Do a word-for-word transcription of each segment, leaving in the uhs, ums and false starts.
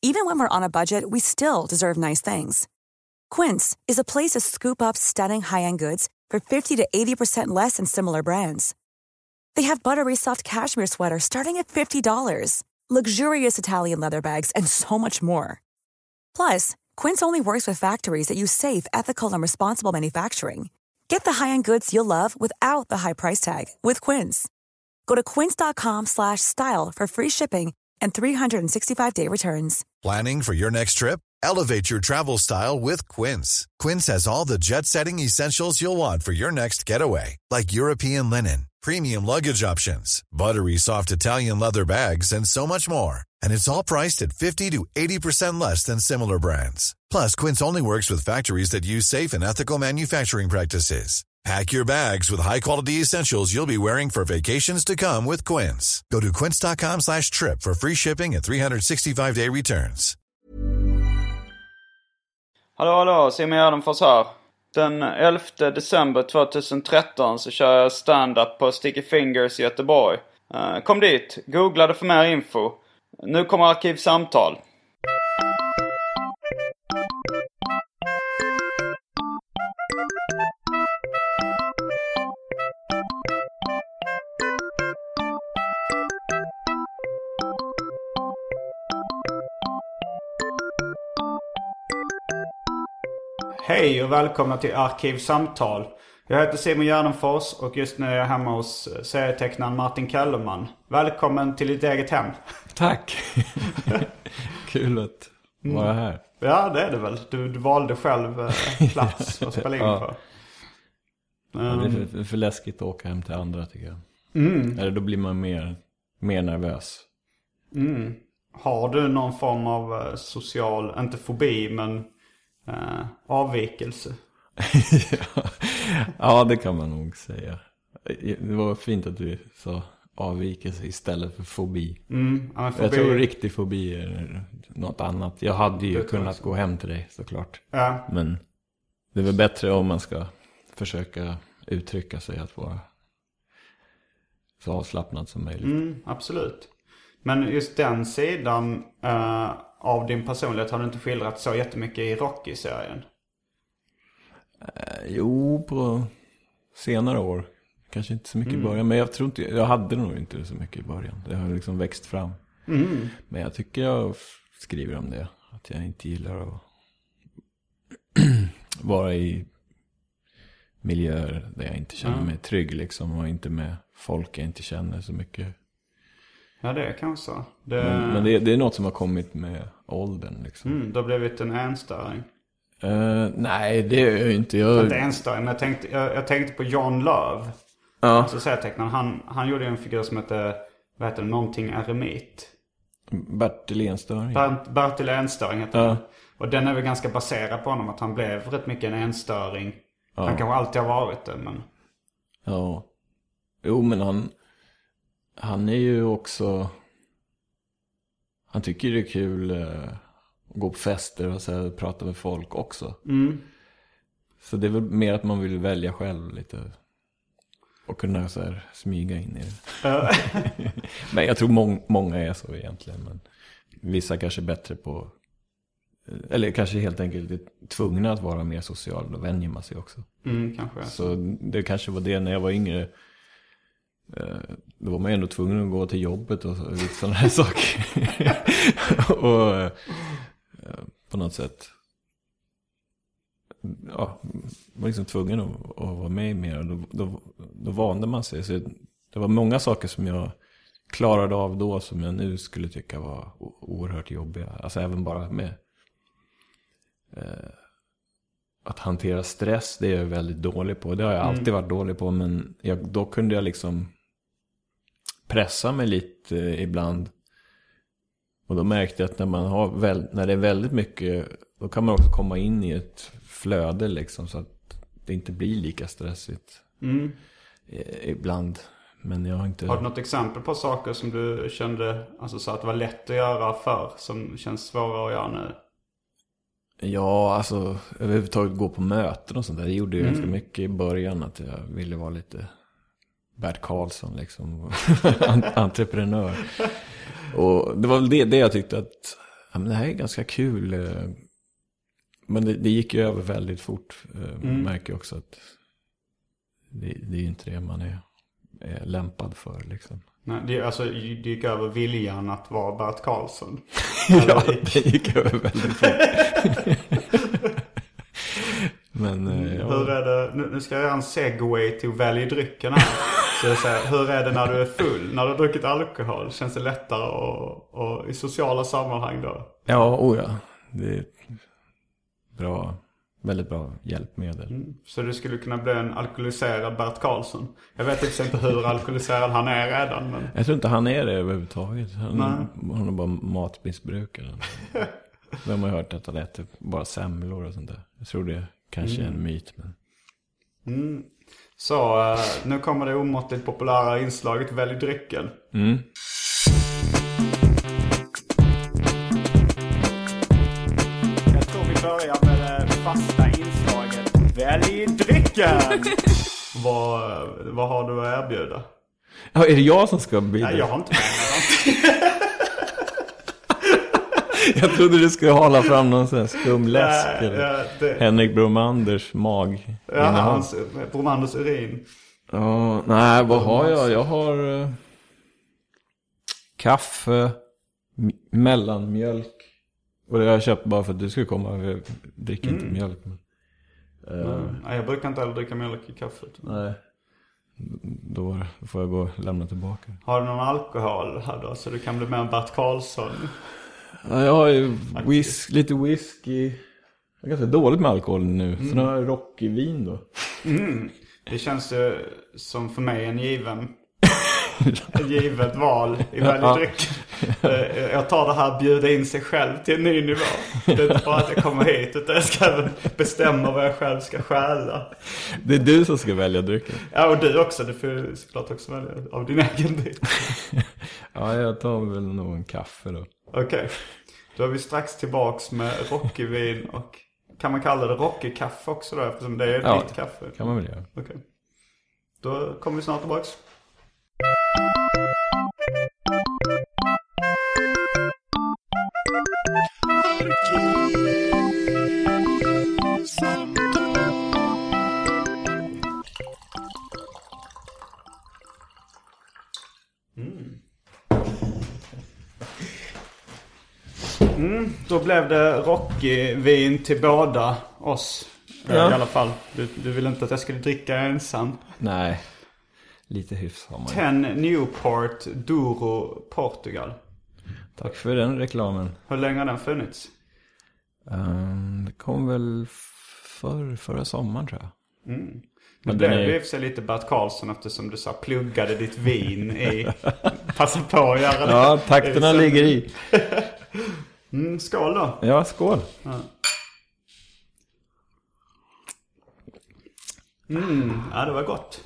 Even when we're on a budget, we still deserve nice things. Quince is a place to scoop up stunning high-end goods for fifty to eighty percent less than similar brands. They have buttery soft cashmere sweaters starting at fifty dollars, luxurious Italian leather bags, and so much more. Plus, Quince only works with factories that use safe, ethical, and responsible manufacturing. Get the high-end goods you'll love without the high price tag with Quince. Go to quince.com slash style for free shipping and three sixty-five day returns. Planning for your next trip? Elevate your travel style with Quince. Quince has all the jet-setting essentials you'll want for your next getaway, like European linen, premium luggage options, buttery soft Italian leather bags, and so much more. And it's all priced at fifty to eighty percent less than similar brands. Plus, Quince only works with factories that use safe and ethical manufacturing practices. Pack your bags with high-quality essentials you'll be wearing for vacations to come with Quince. Go to quince.com slash trip for free shipping and three sixty-five day returns. Hallå, hallå, Simon Gärdenfors här. Den elfte december tjugohundratretton så kör jag stand-up på Sticky Fingers i Göteborg. Kom dit, googla det för mer info. Nu kommer Arkivsamtal. Hej och välkomna till Arkivsamtal. Jag heter Simon Gärdenfors och just nu är jag hemma hos serietecknaren Martin Kellerman. Välkommen till ditt eget hem. Tack. Kul att vara här. Ja, det är det väl. Du, du valde själv eh, plats att spela in ja. för. Um, ja, det är för, för läskigt att åka hem till andra, tycker jag. Mm. Eller då blir man mer, mer nervös. Mm. Har du någon form av social, inte fobi, men Uh, avvikelse? ja. ja, det kan man nog säga. Det var fint att du sa avvikelse istället för fobi. Mm, ja, fobi. Jag tror riktig fobi är något annat. Jag hade ju det kunnat gå hem till dig, såklart. Ja. Men det är väl bättre om man ska försöka uttrycka sig att vara så avslappnad som möjligt. Mm, absolut. Men just den sidan uh, av din personlighet har du inte skildrat så jättemycket i Rocky-serien? Eh, jo, på senare år. Kanske inte så mycket mm. i början. Men jag tror inte, jag hade nog inte så mycket i början. Det har liksom växt fram. Mm. Men jag tycker jag skriver om det. Att jag inte gillar att vara i miljöer där jag inte känner mig trygg liksom. Och inte med folk jag inte känner så mycket. Ja, det är kanske så. Det... Men, men det, det är något som har kommit med åldern liksom. Mm, det har blivit en enstöring. Uh, nej, det är jag inte. Jag... Inte enstöring, men jag tänkte, jag, jag tänkte på John Love. Ja. Alltså serietecknaren. Han, han gjorde en figur som heter, vad heter det, någonting eremit. Bertil Enstöring. Bert, Bertil Enstöring heter ja. han. Och den är väl ganska baserad på honom. Att han blev rätt mycket en enstöring. Ja. Han kanske alltid har varit det, men... Ja. Jo, men han... Han är ju också... Han tycker det är kul eh, att gå på fester och så här, prata med folk också. Mm. Så det är väl mer att man vill välja själv lite. Och kunna så här, smyga in i det. Men jag tror må- många är så egentligen. Men vissa kanske är bättre på... Eller kanske helt enkelt är tvungna att vara mer social. Då vänjer man sig också. Mm, kanske. Så det kanske var det när jag var yngre... Då var man ändå tvungen att gå till jobbet och lite sådana här saker. Och på något sätt ja, var liksom tvungen att, att vara med mer. Då, då, då vande man sig. Så det var många saker som jag klarade av då som jag nu skulle tycka var oerhört jobbiga. Alltså även bara med eh, att hantera stress, det är jag väldigt dålig på. Det har jag alltid mm. varit dålig på, men jag, då kunde jag liksom pressa mig lite eh, ibland. Och då märkte jag att när man har väl, när det är väldigt mycket, då kan man också komma in i ett flöde liksom, så att det inte blir lika stressigt mm. eh, ibland. Men jag har inte... Har du något exempel på saker som du kände, alltså så att det var lätt att göra för, som känns svårare att göra nu? Ja, alltså överhuvudtaget gå på möten och sånt där. Det gjorde jag mm. ganska mycket i början, att jag ville vara lite Bert Karlsson liksom. Entreprenör. Och det var väl det, det jag tyckte att Ja, men det här är ganska kul. eh, Men det, det gick ju över väldigt fort. eh, Man Mm. märker också att det, det är ju inte det man är, är lämpad för liksom. Nej, det, alltså, det gick över viljan att vara Bert Karlsson. Ja, det gick över väldigt fort. Men eh, ja. Hur är det, nu, nu ska jag göra en segway till att välja drycken här. Så jag säger, hur är det när du är full? När du har druckit alkohol? Känns det lättare och, och i sociala sammanhang då? Ja, oh ja. Det är ett bra, väldigt bra hjälpmedel. Mm. Så du skulle kunna bli en alkoholiserad Bert Karlsson. Jag vet inte hur alkoholiserad han är redan. Men... Jag tror inte han är det överhuvudtaget. Han, Nej. han är bara matmissbrukare. Det har man hört att han äter bara semlor och sånt där. Jag tror det kanske är en myt. Men... Mm. Så uh, nu kommer det omåttligt populära inslaget Välj drycken. Mm. Jag tror vi börjar med det fasta inslaget Välj drycken. vad, vad har du att erbjuda? Ja, är det jag som ska bli Nej, det? jag har inte med mig någonting. Jag trodde du skulle hålla fram någon sån här skumläsk. Nej, eller ja, det- Henrik Bromanders mag. Ja, hans Bromanders urin. Ja, nej, vad har jag? Jag har eh, kaffe, m- mellanmjölk. Och det har jag köpt bara för att du skulle komma. Jag dricker inte mjölk. Men, eh, Nej, jag brukar inte heller dricka mjölk i kaffet. nej, då får jag gå och lämna tillbaka. Har du någon alkohol här då? Så du kan bli med en Bert Karlsson. Ja, jag har ju whis- lite whisky. Jag är ganska dåligt med alkohol nu. Mm. Så nu har jag Rocky-vin då. Mm. Det känns ju som för mig en given ett givet val i väldigt dryck. Jag tar det här bjuda in sig själv till en ny nivå. Det är inte bara att jag kommer hit utan jag ska även bestämma vad jag själv ska stjäla. Det är du som ska välja drycken. Ja, och du också. Du får såklart också välja av din egen dryck. Ja, jag tar väl nog en kaffe då. Okej. Okay. Då är vi strax tillbaks med Rocky-vin och kan man kalla det Rocky-kaffe också då eftersom det är ja, ditt kaffe? Kan man väl göra. Okej. Okay. Då kommer vi snart tillbaks. Mm. Mm, då blev det Rocky-vin till båda oss. Ja. I alla fall. Du, du ville inte att jag skulle dricka ensam. Nej, lite hyfs har man. Ten Newport Douro, Portugal. Tack för den reklamen. Hur länge har den funnits? Um, det kom väl för, förra sommaren tror jag. Mm. Men, Men det är... blev för sig lite Bert Karlsson eftersom du sa pluggade ditt vin i... Passa på att göra det. Ja, takterna ligger i. Mm, skål då. Ja, skål. Ja. Mm, ja, det var gott.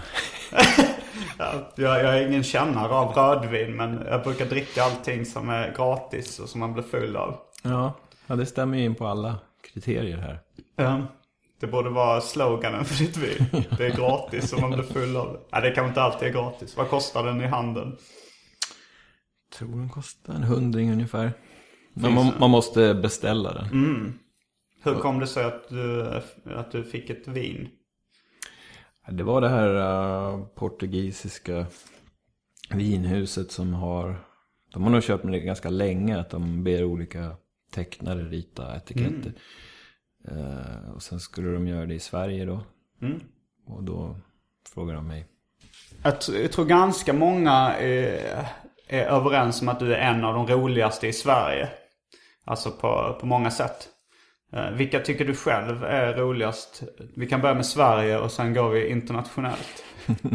ja, jag, jag är ingen kännare av rödvin, men jag brukar dricka allting som är gratis och som man blir full av. Ja, ja det stämmer ju in på alla kriterier här. Ja, det borde vara sloganen för ditt vin. Det är gratis och man blir full av det. Ja, det kan inte alltid är gratis. Vad kostar den i handeln? Jag tror den kostar en hundring ungefär. Men man, man måste beställa den. Mm. Hur kom det sig att du, att du fick ett vin? Det var det här uh, portugisiska vinhuset som har... De har nog köpt med det ganska länge. Att de ber olika tecknare rita etiketter. Mm. Uh, och sen skulle de göra det i Sverige då. Mm. Och då frågade de mig. Jag, t- jag tror ganska många är, är överens om att du är en av de roligaste i Sverige. Alltså på, på många sätt. Uh, vilka tycker du själv är roligast? Vi kan börja med Sverige och sen går vi internationellt.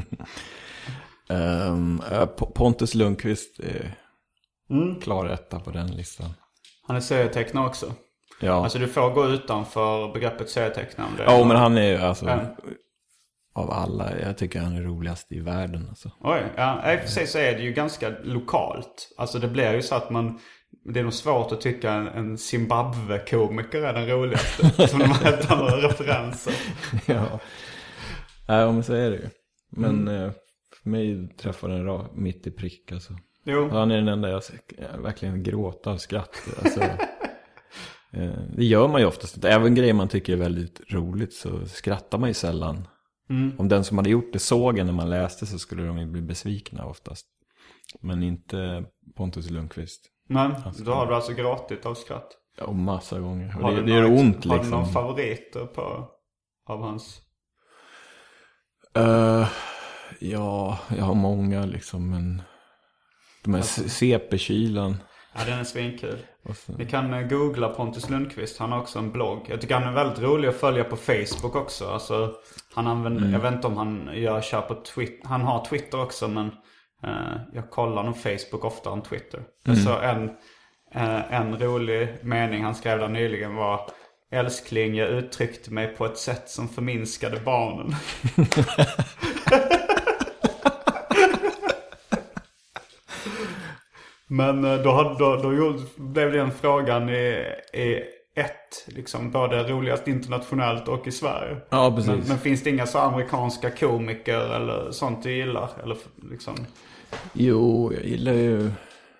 um, uh, Pontus Lundqvist är mm. klar etta på den listan. Han är serietecknare också. Ja. Alltså du får gå utanför begreppet serietecknare. Ja, men han är ju alltså... Ja. Av alla, jag tycker han är roligast i världen alltså. Oj, ja, i och för sig så är det ju ganska lokalt. Alltså det blir ju så att man... Det är nog svårt att tycka en, en Zimbabwe-komiker är den roligaste. Som de har helt andra referenser. Ja, ja men så är det ju. Men mm. för mig träffar den ra- mitt i prick alltså. Jo. Han är den enda jag, jag verkligen gråter av skratt. Alltså, eh, det gör man ju oftast. Även grejer man tycker är väldigt roligt så skrattar man ju sällan. Mm. Om den som hade gjort det såg en när man läste så skulle de ju bli besvikna oftast. Men inte Pontus Lundqvist. Men då har du alltså gråtit av skratt? Ja, massa gånger. Och har det, det det gör ont liksom. Har du någon favoriter på, av hans? Uh, ja, jag har många liksom. Men de här alltså. C P-kylan. Ja, den är svinkul. Ni kan googla Pontus Lundqvist. Han har också en blogg. Jag tycker han är väldigt rolig att följa på Facebook också. Alltså, han använder, mm. jag vet inte om han gör kör på Twitter. Han har Twitter också, men uh, jag kollar nog Facebook oftare än Twitter. Mm. Så en, uh, en rolig mening han skrev där nyligen var: älskling, jag uttryckte mig på ett sätt som förminskade barnen. Men då, då, då blev det en frågan i, i ett, liksom, både roligast internationellt och i Sverige. Ja, precis. Men, men finns det inga så amerikanska komiker eller sånt du gillar? Eller liksom... Jo, jag gillar ju...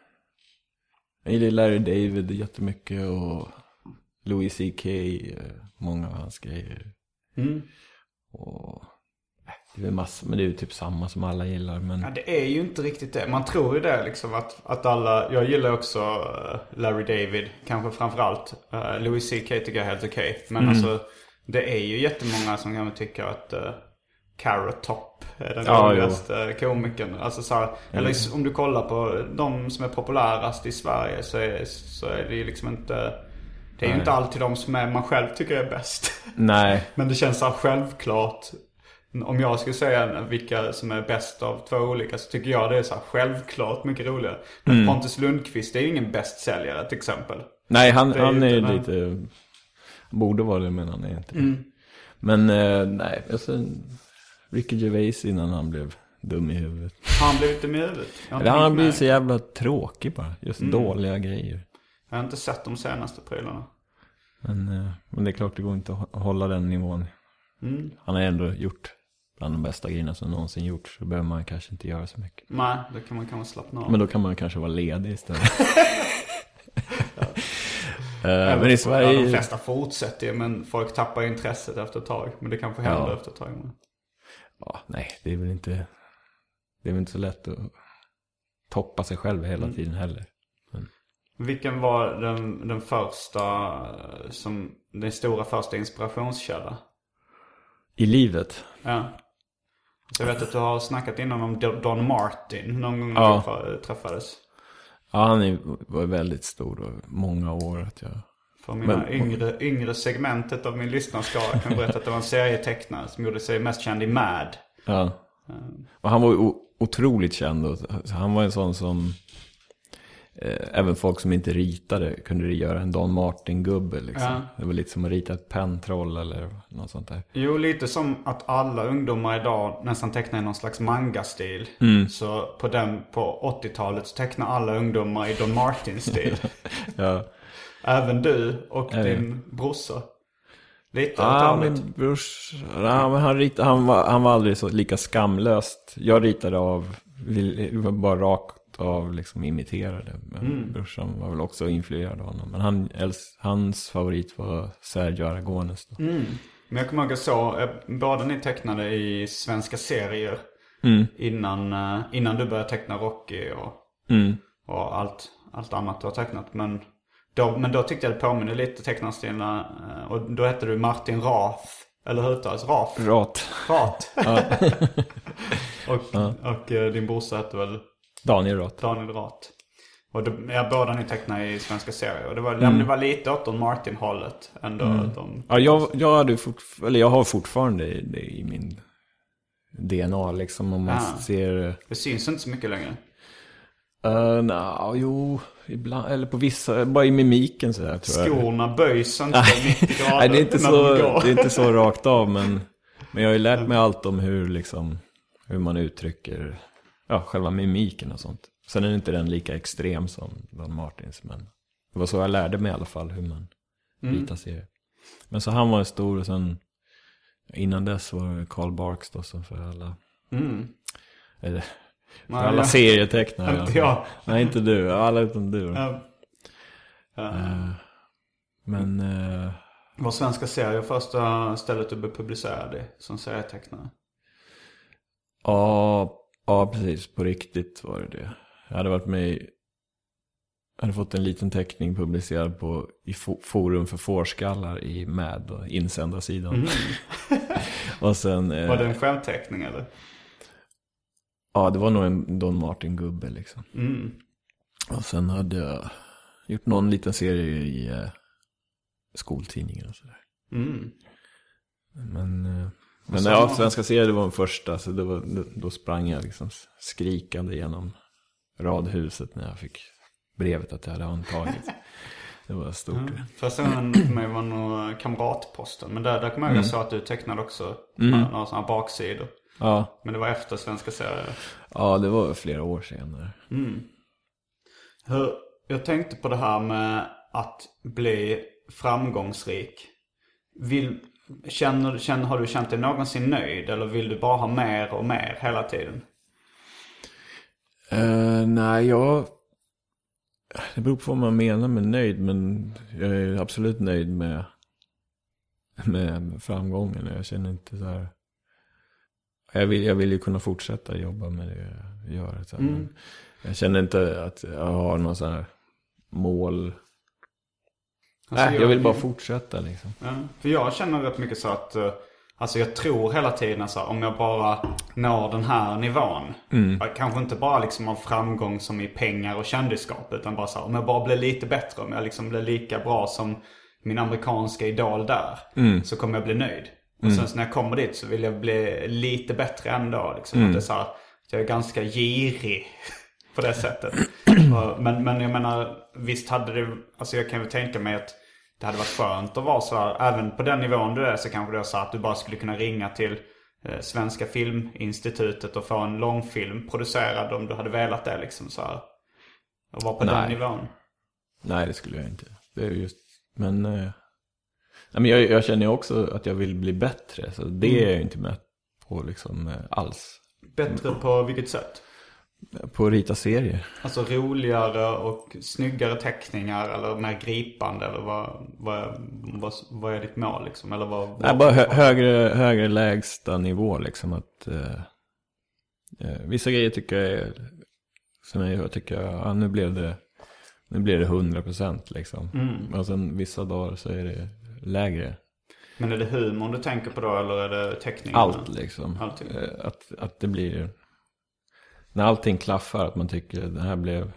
Jag gillar Larry David jättemycket och Louis C K, många av hans grejer. Mm. Och... Det är massor, men det är ju typ samma som alla gillar. Men... Ja, det är ju inte riktigt det. Man tror ju det liksom att, att alla... Jag gillar också uh, Larry David, kanske framförallt. Uh, Louis C K tycker jag är helt okej. Okay. Men mm. alltså, det är ju jättemånga som kan tycka att uh, Carrot Top är den ja, roligaste komikern. Alltså, så här, mm. Eller om du kollar på de som är populärast i Sverige så är, så är det ju liksom inte... Det är ju inte alltid de som är, man själv tycker är bäst. Nej. Men det känns så här självklart... Om jag skulle säga vilka som är bäst av två olika så tycker jag det är så här självklart mycket roligare. Men mm. Pontus Lundqvist är ju ingen bästsäljare till exempel. Nej, han är, han är lite... Han... Borde vara det, men han är inte. Mm. Men eh, nej, alltså, Ricky Gervais innan han blev dum i huvudet. Han blev dum i huvudet? Eller han blev så jävla tråkig bara. Just mm. dåliga grejer. Jag har inte sett de senaste prylarna. Men, eh, men det är klart det går inte att hålla den nivån. Mm. Han har ändå gjort bland de bästa grejerna som någonsin gjort. Så behöver man kanske inte göra så mycket. Nej, då kan man kanske slappna av. Men då kan man kanske vara ledig istället. ja. uh, men i Sverige... Ja, de flesta fortsätter ju, men folk tappar intresset efter ett tag. Men det kanske händer ja. efter ett tag. Men... Ja, nej, det är väl inte... Det är väl inte så lätt att toppa sig själv hela mm. tiden heller. Men... Vilken var den, den första, som den stora första inspirationskälla? I livet? Ja. Så jag vet att du har snackat innan om Don Martin någon gång ja. vi träffades. Ja, han var väldigt stor och många år att jag... För mina Men... yngre, yngre segmentet av min lyssnarskara kan jag berätta att det var en serietecknare som gjorde sig mest känd i Mad. Ja. Och han var ju otroligt känd och han var en sån som... Även folk som inte ritade kunde göra en Don Martin-gubbe liksom. Ja. Det var lite som att rita ett pentroll eller något sånt där. Jo, lite som att alla ungdomar idag nästan tecknar i någon slags manga-stil. Mm. Så på, den, på åttiotalet så tecknar alla ungdomar i Don Martin-stil. ja. Även du och ja, din ja. brorsa. Lite ja, min brors, ja, men han, ritade, han, var, han var aldrig så lika skamlöst. Jag ritade av, var bara rakt av liksom imiterade. Men mm. brorsan var väl också influerad av honom. Men han, hans favorit var Sergio Aragones då. Mm. Men jag kommer ihåg att så, båda ni tecknade i svenska serier mm. innan, innan du började teckna Rocky och, mm. och allt, allt annat du har tecknat. Men då, men då tyckte jag det påminner lite tecknarstilna. Och då hette du Martin Rath. Eller hur uttalas? Rath? Rat. Rat. och, ja. och din brorsa hette väl... Daniel Rath. Daniel Rath. Och det, ja, båda ni tecknar i svenska serier. Och det var, mm. det var lite åt Don Martin-hållet. Ändå mm. de, ja, jag, jag, hade fortf- eller jag har fortfarande det, det i min D N A liksom. Om man ja. ser... Det syns inte så mycket längre. Uh, no, jo, ibland, eller på vissa, bara i mimiken så där, tror jag. Skorna böjs inte nittio grader. Nej, det är inte så, det är inte så rakt av, men, men jag har ju lärt mig allt om hur liksom, hur man uttrycker, ja, själva mimiken och sånt. Sen är inte den lika extrem som Don Martins, men det var så jag lärde mig i alla fall hur man mm. ritar serier. Men så han var en stor, och sen innan dess var det Carl Barks då, som för alla. Mm. Eller, För alla jag, serietecknare. Inte jag. Nej, inte du. Alla utom du. Ja. Ja. Uh, men... Uh, Var svenska serier första stället du blev publicerad i som serietecknare? Ja, ja, precis. På riktigt var det det. Jag hade varit med i... Jag hade fått en liten teckning publicerad på, i forum för fårskallar i Mad och insända sidan. Mm. Och sen, var det en självteckning eller? Ja, det var nog en Don Martin-gubbe liksom. Mm. Och sen hade jag gjort någon liten serie i eh, skoltidningen och sådär. Mm. Men, eh, men ja, var... svenska serier det var den första. Så det var, då sprang jag liksom skrikande genom radhuset när jag fick brevet att jag hade antagit. Det var stort. Mm. Första gången för mig var nog Kamratposten. Men där, där kommer jag mm. så att du tecknade också mm. några sådana baksidor. Ja. Men det var efter svenska serier. Ja, det var flera år senare. Mm. Hur, jag tänkte på det här med att bli framgångsrik. Vill, känner, känner, har du känt dig någonsin nöjd? Eller vill du bara ha mer och mer hela tiden? Uh, nej, jag... Det beror på vad man menar med nöjd. Men jag är absolut nöjd med, med framgången. Jag känner inte så här... Jag vill, jag vill ju kunna fortsätta jobba med det jag gör. Så mm. Men jag känner inte att jag har någon sån här mål. Alltså Nej, jag, jag vill bara fortsätta liksom. Ja, för jag känner rätt mycket så att alltså jag tror hela tiden alltså, om jag bara når den här nivån. Mm. Kanske inte bara liksom av framgång som i pengar och kändisskap. Utan bara så här, om jag bara blir lite bättre. Om jag liksom blir lika bra som min amerikanska idol där. Mm. Så kommer jag bli nöjd. Och mm. sen när jag kommer dit så vill jag bli lite bättre ändå. Liksom. Mm. Att det är så här, jag är ganska girig på det sättet. men, men jag menar, visst hade det... Alltså jag kan väl tänka mig att det hade varit skönt att vara så här. Även på den nivån du är så kanske det är så att du bara skulle kunna ringa till eh, Svenska Filminstitutet och få en långfilm producerad om du hade velat det. Liksom, så här. Och vara på Nej. den nivån. Nej, det skulle jag inte. Det är just... Men... Eh... Men jag, jag känner ju också att jag vill bli bättre. Så det mm. är jag inte med på liksom alls. Bättre på vilket sätt? På att rita serier. Alltså roligare och snyggare teckningar eller mer gripande eller vad, vad, vad, vad är ditt mål liksom? Eller vad, vad... Nej, bara hö, högre, högre lägsta nivå liksom. Att, eh, eh, vissa grejer tycker jag är, som jag tycker, ja, nu blev det nu blev det hundra procent liksom. Mm. Och sen vissa dagar så är det lägre. Men är det humor du tänker på då eller är det teckning? Allt liksom. Allting. Att, att det blir... När allting klaffar, att man tycker det här blev...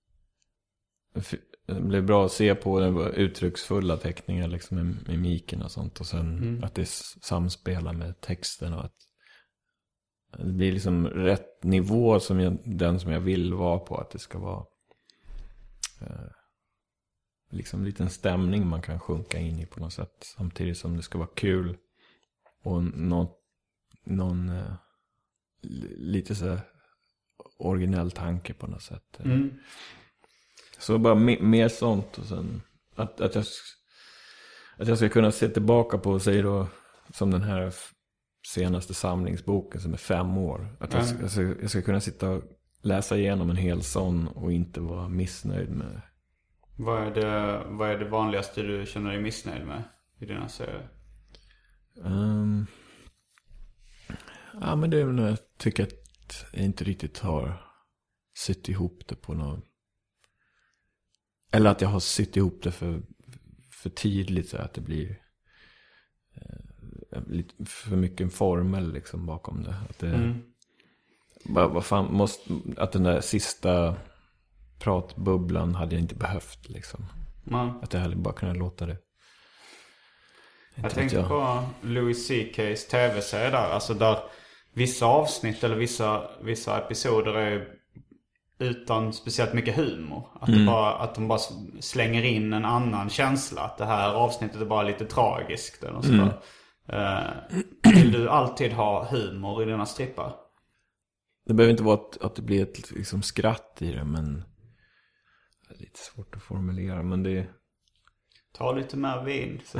Det blev bra att se på, den var uttrycksfulla teckningar liksom med mimiken och sånt. Och sen mm. att det samspelar med texten och att det blir liksom rätt nivå som jag, den som jag vill vara på. Att det ska vara... Eh, liksom en liten stämning man kan sjunka in i på något sätt. Samtidigt som det ska vara kul. Och någon, någon eh, lite så originell tanke på något sätt. Mm. Så bara me- mer sånt. Och sen att, att, jag, att jag ska kunna se tillbaka på, säg då, som den här senaste samlingsboken som är fem år. Att jag, mm. jag, ska, jag ska kunna sitta och läsa igenom en hel sån och inte vara missnöjd med. Vad är det, vad är det vanligaste du känner dig missnöjd med i dina serier? Um, ja, men det är när jag tycker att jag inte riktigt har sytt ihop det på någon... Eller att jag har sytt ihop det för, för tydligt så att det blir eh, lite för mycket en formel liksom bakom det. Att det mm. bara, vad fan, måste, att den där sista pratbubblan hade jag inte behövt liksom. Mm. Att jag hade bara kunnat låta det. Jag tänkte jag... på Louis C K:s tv-serie där. Alltså där vissa avsnitt eller vissa, vissa episoder är utan speciellt mycket humor. Att, mm. det bara, att de bara slänger in en annan känsla. Att det här avsnittet är bara lite tragiskt. Eller så mm. uh, vill du alltid ha humor i dina strippar? Det behöver inte vara att, att det blir ett liksom, skratt i det. Men det är lite svårt att formulera. Men det... Ta lite mer vin. Så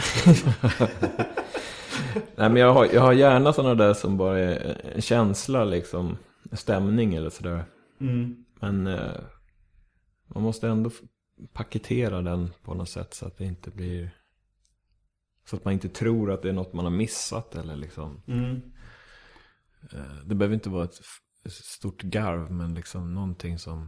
Nej, men jag har, jag har gärna sådana där som bara är en känsla liksom. stämning eller sådär. Mm. Men eh, man måste ändå paketera den på något sätt så att det inte blir, så att man inte tror att det är något man har missat eller liksom. Mm. Eh, det behöver inte vara ett, ett stort garv, men liksom någonting som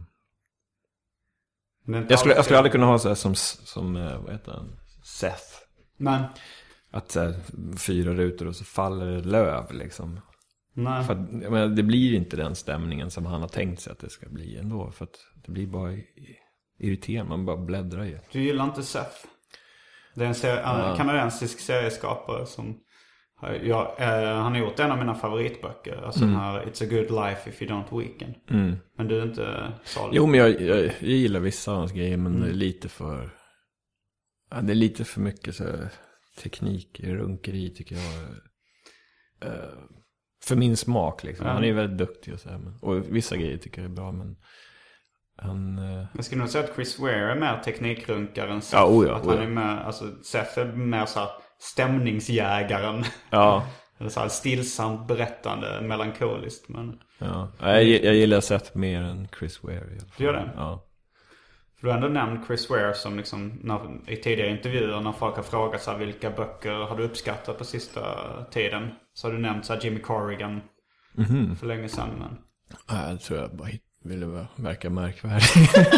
jag skulle, jag skulle aldrig kunna ha så här som, som vad heter han? Seth. Nej. Att så här, fyra rutor och så faller det löv liksom. Nej. För att, jag menar, det blir inte den stämningen som han har tänkt sig att det ska bli ändå. För att det blir bara irriterande, man bara bläddrar i. Du gillar inte Seth? Det är en serie, ja. kanadensisk serieskapare som ja, eh, han har gjort en av mina favoritböcker. Alltså mm. den här It's a good life if you don't weaken. Mm. Men du är inte såld. Jo, men jag, jag, jag gillar vissa av hans grejer, men mm. det är lite för ja, det är lite för mycket så här, teknik, runkeri tycker jag. Uh, för min smak liksom. Ja. Han är väldigt duktig och så här, men, och vissa grejer tycker jag är bra, men han uh... jag skulle nog säga att Chris Ware är mer teknikrunkare än Seth. Ja, oh ja, att oh han ja. är mer, alltså Seth är mer så här stämningsjägaren. Ja. Eller så här stillsamt berättande, melankoliskt, men ja. Jag, jag gillar Seth mer än Chris Ware i alla fall. Du gör det? Ja. För du har ändå nämnt Chris Ware som liksom när, i tidigare intervjuer när folk har frågat så här, vilka böcker har du uppskattat på sista tiden, så har du nämnt så här Jimmy Corrigan mm-hmm. för länge sedan. Men ja, jag tror jag bara ville verka märkvärdig.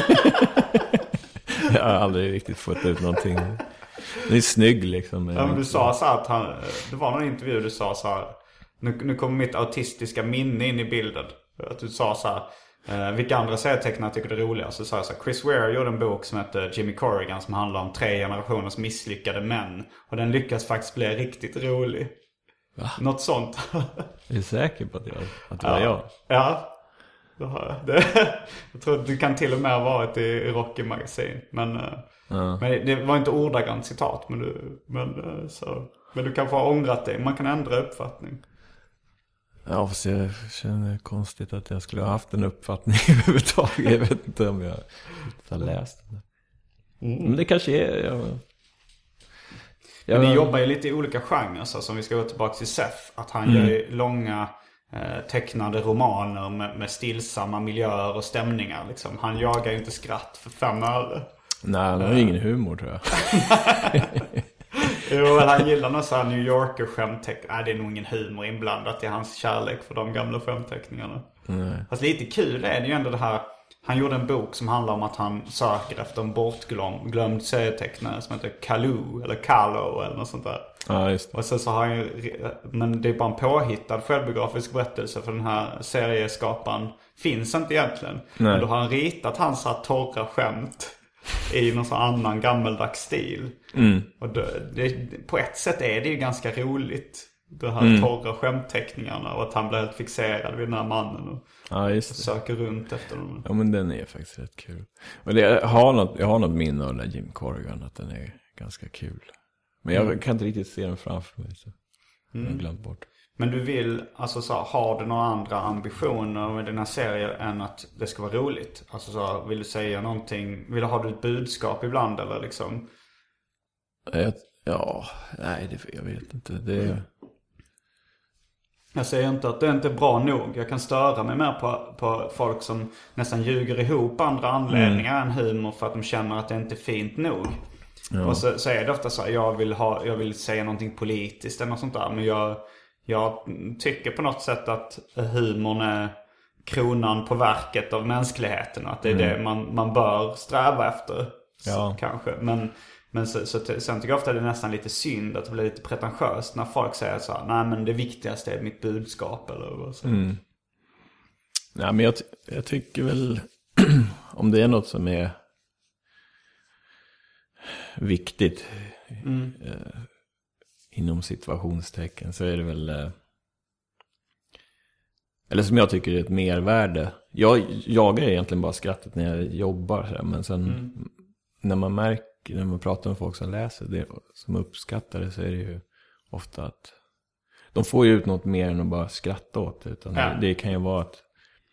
Jag har aldrig riktigt fått ut någonting. Det är snygg liksom. Ja, men du sa så här att han, det var någon intervju du sa så här, nu, nu kommer mitt autistiska minne in i bilden. Att du sa så här, eh, vilka andra serietecknare tycker du är roliga? Så sa jag så här, Chris Ware gjorde en bok som heter Jimmy Corrigan som handlar om tre generationers misslyckade män. Och den lyckas faktiskt bli riktigt rolig. Va? Något sånt. Är du säker på att, jag, att det var jag? Ja. Det, jag tror att du kan till och med ha varit i, i Rocky Magasin. Men, ja. men det var inte ordagrant citat. Men du, men, så, men du kan få ha ångrat dig. Man kan ändra uppfattning. Ja, fast jag känner konstigt att jag skulle ha haft en uppfattning överhuvudtaget. Jag vet inte om jag har läst den. Mm. Men det kanske är... Jag, jag, men ni jobbar ju lite i olika genrer. Så som vi ska gå tillbaka till Seth. Att han mm. gör långa... Eh, tecknade romaner med, med stillsamma miljöer och stämningar liksom. Han jagar ju inte skratt för fem öre. Nej, han har uh. ingen humor tror jag. Jo, han gillar någon sån här New Yorker skämtteckning. Nej, det är nog ingen humor inblandat i hans kärlek för de gamla skämtteckningarna. Nej. Fast lite kul är det ju ändå det här. Han gjorde en bok som handlar om att han söker efter en bortglömd serietecknare som heter Kalu eller Kalo eller något sånt där. Ja, just det. Och sen så har han ju, men det är bara en påhittad självbiografisk berättelse för den här serieskaparen finns inte egentligen. Nej. Men då har han ritat hans här torra skämt i någon sån annan gammeldags stil. Mm. Och det, det, på ett sätt är det ju ganska roligt. De här mm. torra skämtteckningarna och att han blir helt fixerad vid den här mannen och, ja, just det. och söker runt efter dem. Ja, men den är faktiskt rätt kul. Och det, jag, har något, jag har något minne av den Jim Corrigan att den är ganska kul. Men jag mm. kan inte riktigt se den framför mig så jag har glömt bort. Men du vill, alltså så har du några andra ambitioner med den här serien än att det ska vara roligt? Alltså så vill du säga någonting, vill du ha ett budskap ibland eller liksom? Jag, ja, nej det, jag vet inte. Det är... Jag säger inte att det inte är bra nog. Jag kan störa mig mer på, på folk som nästan ljuger ihop andra anledningar mm. än humor för att de känner att det inte är fint nog. Ja. Och så, så är det ofta så här, jag vill, ha, jag vill säga någonting politiskt eller något sånt där. Men jag, jag tycker på något sätt att humorn är kronan på verket av mänskligheten. Att det är mm. det man, man bör sträva efter. Ja. Kanske. Men, men så, så, sen tycker jag ofta det är nästan lite synd att det blir lite pretentiöst när folk säger så här, nej men det viktigaste är mitt budskap eller vad så. Mm. Nej, men jag, jag tycker väl om det är något som är viktigt mm. eh, inom situationstecken så är det väl eh, eller som jag tycker är ett mervärde. Jag jagar egentligen bara skrattet när jag jobbar så här, men sen mm. när man märker när man pratar med folk som läser det, som uppskattar det, så är det ju ofta att de får ju ut något mer än att bara skratta åt det, utan ja. det, det kan ju vara att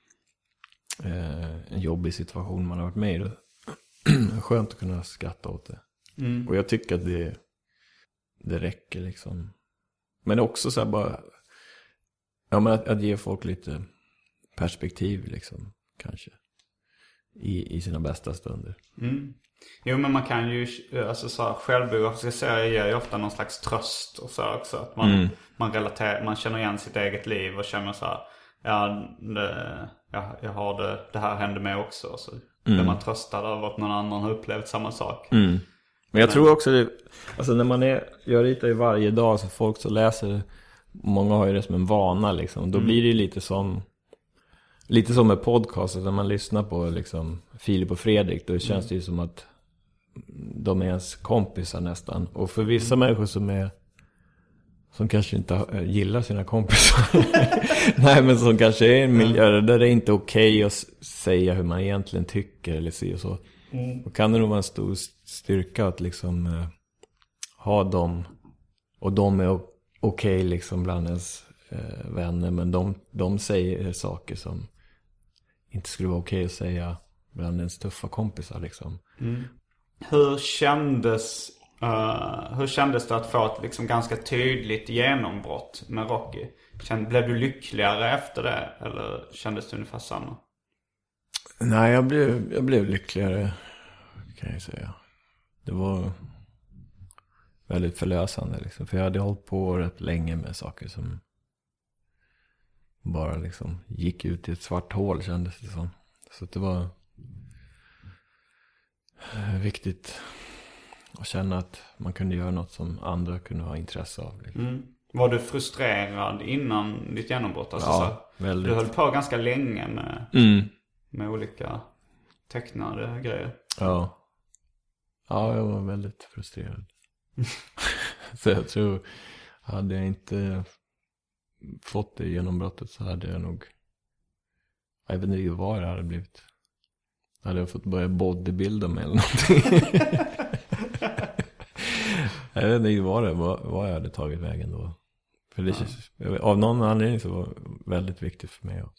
eh, en jobbig situation man har varit med i. Det är skönt att kunna skratta åt det. Mm. Och jag tycker att det, det räcker liksom. Men också så här bara ja, men att, att ge folk lite perspektiv liksom, kanske. I, i sina bästa stunder. Mm. Jo, men man kan ju, alltså så här, självbiografiska serier ger ju ofta någon slags tröst och så också. Att man, mm. man relaterar, man känner igen sitt eget liv och känner så här, ja, det, ja jag har det, det här hände mig också. Så mm. man tröstar av att någon annan har upplevt samma sak. Mm. Men jag men, tror också det, alltså när man är, jag ritar ju varje dag så folk så läser, många har ju det som en vana liksom. Då mm. blir det ju lite som Lite som med podcaster, när man lyssnar på liksom Filip och Fredrik, då känns det ju som att de är ens kompisar nästan. Och för vissa mm. människor som är som kanske inte gillar sina kompisar nej, men som kanske är en miljö där det är inte okej att säga hur man egentligen tycker eller så och så. Mm. Då kan det nog vara en stor styrka att liksom eh, ha dem, och de är okej liksom bland ens eh, vänner, men de, de säger saker som inte skulle vara okej att säga bland ens tuffa kompisar liksom. Mm. Hur kändes uh, hur kändes det att få ett liksom ganska tydligt genombrott med Rocky? Känd, blev du lyckligare efter det, eller kändes det ungefär samma? Nej, jag blev, jag blev lyckligare, kan jag säga. Det var väldigt förlösande liksom, för jag hade hållit på rätt länge med saker som bara liksom gick ut i ett svart hål, kändes det som. Så det var viktigt att känna att man kunde göra något som andra kunde ha intresse av. Liksom. Mm. Var du frustrerad innan ditt genombrott? Alltså, ja, så väldigt. Du höll på ganska länge med, mm. med olika tecknade grejer. Ja. Ja, jag var väldigt frustrerad. Så jag tror, hade jag inte fått det genombrottet så hade jag nog, jag vet inte vad det hade blivit. Hade jag fått börja bodybuilda med eller någonting. Jag vet inte vad det var, vad jag hade tagit vägen då. För det ja. Av någon anledning så var det väldigt viktigt för mig att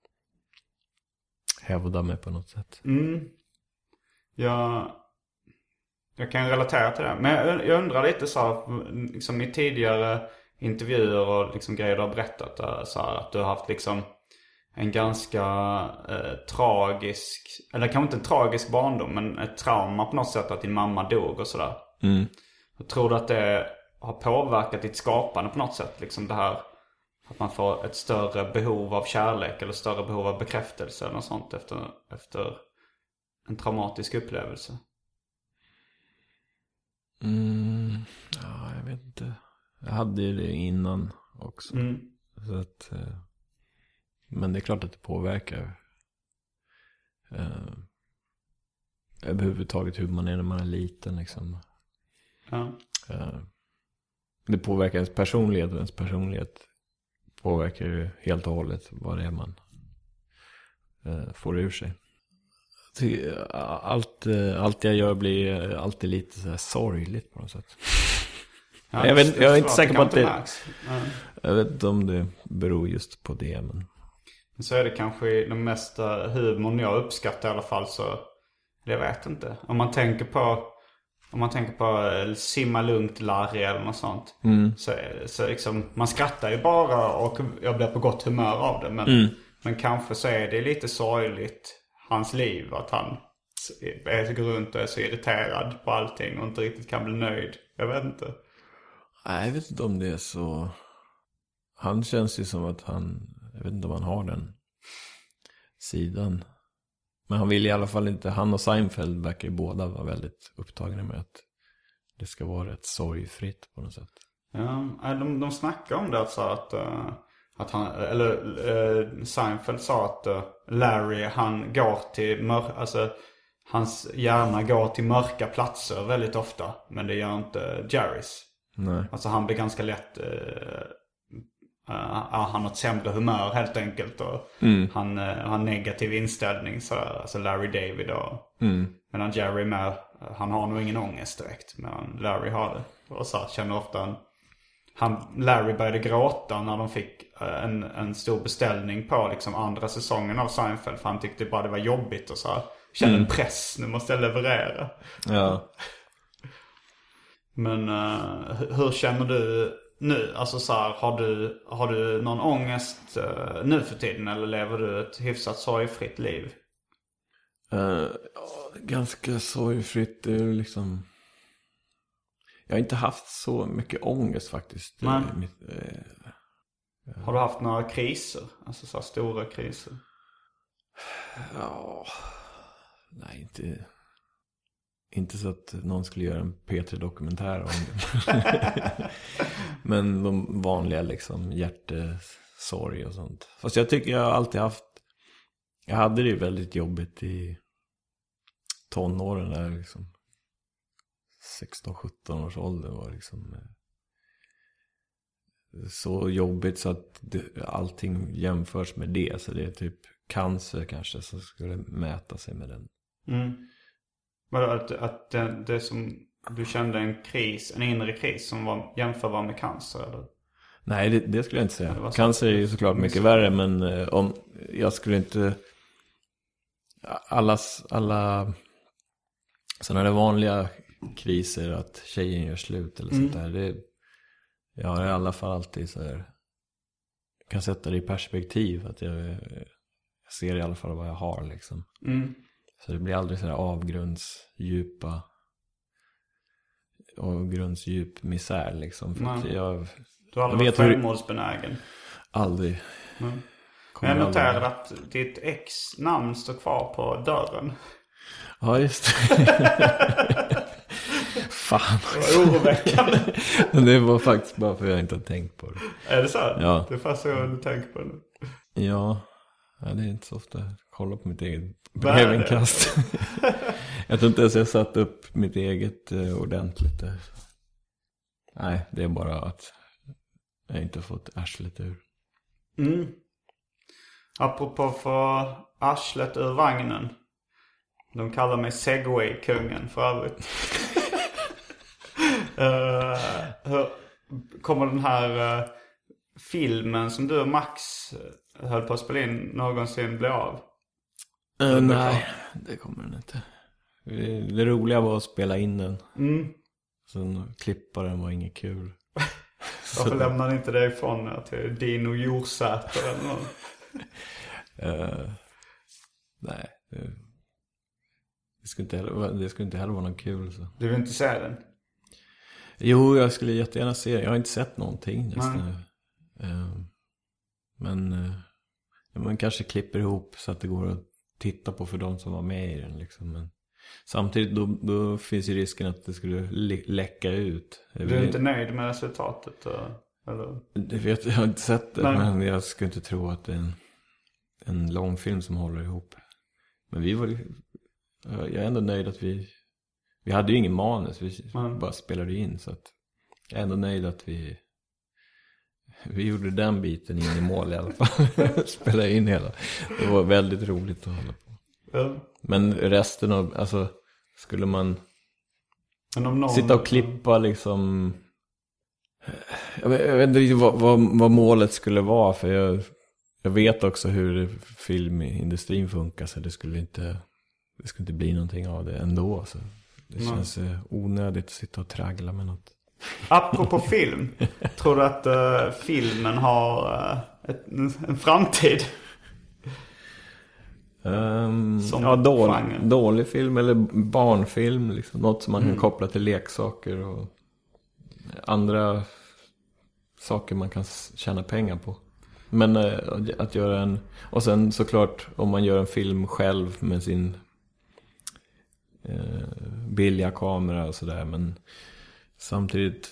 hävda mig på något sätt. Mm. Jag, jag kan relatera till det. Men jag, jag undrar lite så här, liksom i tidigare intervjuer och liksom grejer du har berättat så här, att du har haft liksom en ganska eh, tragisk, eller kanske inte en tragisk barndom, men ett trauma på något sätt att din mamma dog och sådär. Mm. Jag tror du att det har påverkat ditt skapande på något sätt? Liksom det här att man får ett större behov av kärlek eller större behov av bekräftelse eller något sånt efter, efter en traumatisk upplevelse. Mm, ja, jag vet inte. Jag hade ju det innan också. Mm. Så att, men det är klart att det påverkar eh, överhuvudtaget hur man är när man är liten liksom. Ja. Eh, det påverkar ens personlighet, och ens personlighet påverkar ju helt och hållet vad det är man eh, får ur sig. Allt, allt jag gör blir alltid lite så här sorgligt på något sätt. Ja, jag, vet, jag är inte säker på att det ja. Jag vet inte om det beror just på det, men så är det kanske den mesta humorn jag uppskattar i alla fall, så jag vet inte. Om man tänker på om man tänker på Simma lugnt Larry eller något sånt, mm. så, så liksom, man skrattar ju bara och jag blir på gott humör av det, men, mm. men kanske så är det lite sorgligt hans liv, att han är, går runt och är så irriterad på allting och inte riktigt kan bli nöjd. Jag vet inte. Nej, jag vet inte om det är så. Han känns ju som att han, jag vet inte om han har den sidan. Men han vill i alla fall inte, han och Seinfeld verkar ju båda vara väldigt upptagna med att det ska vara rätt sorgfritt på något sätt. Ja, de, de snackar om det, alltså att, att han, eller uh, Seinfeld sa att uh, Larry, han går till mör, alltså hans hjärna går till mörka platser väldigt ofta, men det gör inte Jerrys. Nej. Alltså han blir ganska lätt uh, uh, han har ett sämre humör helt enkelt, och mm. han uh, har negativ inställning så, alltså Larry David och, mm. medan Jerry med, uh, han har nog ingen ångest direkt, men Larry har det, och så känner ofta en, han, Larry började gråta när de fick uh, en, en stor beställning på liksom andra säsongen av Seinfeld, för han tyckte bara det var jobbigt och så kände mm. en press, nu måste jag leverera. Ja. Men uh, hur känner du nu? Alltså så här, har du, har du någon ångest uh, nu för tiden? Eller lever du ett hyfsat sorgfritt liv? Uh, ja, ganska sorgfritt. Det är liksom... Jag har inte haft så mycket ångest faktiskt. Nej. Mitt, uh, har du haft några kriser? Alltså så här stora kriser? Ja... Nej, inte... Inte så att någon skulle göra en P tre-dokumentär om det. Men de vanliga liksom hjärtesorg och sånt. Fast jag tycker jag har alltid haft... Jag hade det ju väldigt jobbigt i tonåren där liksom. sexton sjutton års ålder var liksom så jobbigt så att det, allting jämförs med det. Så det är typ cancer kanske som skulle mäta sig med den. Mm. Vadå, att, att det, det som du kände en kris, en inre kris som var jämförbar med cancer eller? Nej, det, det skulle jag inte säga. Så, cancer är ju såklart mycket värre, men eh, om jag skulle inte allas, alla sådana där vanliga kriser att tjejen gör slut eller mm. sånt där, det, jag har i alla fall alltid så här, kan sätta det i perspektiv att jag, jag ser i alla fall vad jag har liksom. Mm. Så det blir aldrig så här avgrundsdjupa avgrundsdjup misär liksom. För att jag, du har aldrig varit självmordsbenägen? Hur... Aldrig. Mm. Jag noterar att ditt ex namn står kvar på dörren. Ja, just det. Fan också. Det var oroväckande. Det var faktiskt bara för att jag inte har tänkt på det. Är det så? Ja. Det är fast jag har tänkt på det. Ja. Ja, det är inte så ofta jag kollar på mitt eget brevinkast. Jag tror inte ens jag satt upp mitt eget uh, ordentligt där. Nej, det är bara att jag inte har fått arslet ur. Mm. Apropå få arslet ur vagnen. De kallar mig Segway-kungen för övrigt. uh, hur kommer den här uh, filmen som du och Max höll på att spela in någonsin bli av? Uh, nej, det kommer den inte. Det, det roliga var att spela in den. Mm. Sen klippa den var inget kul. Varför lämnar ni inte det ifrån till Dino Jorsäter eller någon? uh, nej, det, det, skulle inte heller, det skulle inte heller vara någon kul. Så. Du vill inte se den? Jo, jag skulle jättegärna se den. Jag har inte sett någonting nästan. Uh, men uh, man kanske klipper ihop så att det går att titta på för de som var med i den liksom. Men samtidigt då, då finns ju risken att det skulle lä- läcka ut. Du är inte nöjd med resultatet? Eller? Det vet, jag har inte sett det. Nej. Men jag skulle inte tro att det är en, en lång film som håller ihop. Men vi var, jag är ändå nöjd att vi vi hade ju ingen manus. Vi mm. bara spelade in, så att jag är ändå nöjd att vi vi gjorde den biten in i mål i alla fall. Spela in hela. Det var väldigt roligt att hålla på. Mm. Men resten av, alltså skulle man Men om någon... sitta och klippa liksom, jag vet, jag vet inte riktigt vad, vad, vad målet skulle vara, för jag, jag vet också hur filmindustrin funkar, så det skulle inte det skulle inte bli någonting av det ändå, så det Nej. känns onödigt att sitta och traggla med något. Apropå film, tror du att uh, filmen har uh, ett, en framtid? Um, ja, dålig, dålig film eller barnfilm liksom. Något som man kan mm. koppla till leksaker och andra saker man kan tjäna pengar på. Men uh, att göra en, och sen såklart om man gör en film själv med sin uh, billiga kamera och sådär, men samtidigt,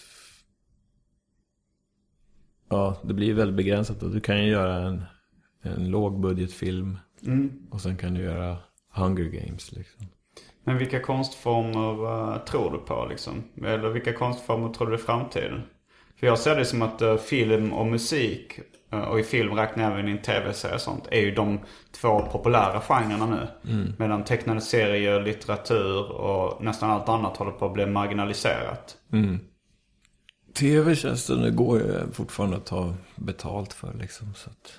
ja, det blir väldigt begränsat, och du kan ju göra en, en lågbudgetfilm mm. och sen kan du göra Hunger Games liksom. Men vilka konstformer uh, tror du på liksom? Eller vilka konstformer tror du är framtiden? För jag ser det som att uh, film och musik, uh, och i film räknar även in tv-serier och sånt, är ju de två populära genrerna nu. Mm. Medan tecknade serier, litteratur och nästan allt annat håller på att bli marginaliserat. Mm. T V-känns det går ju fortfarande att ta betalt för liksom, så att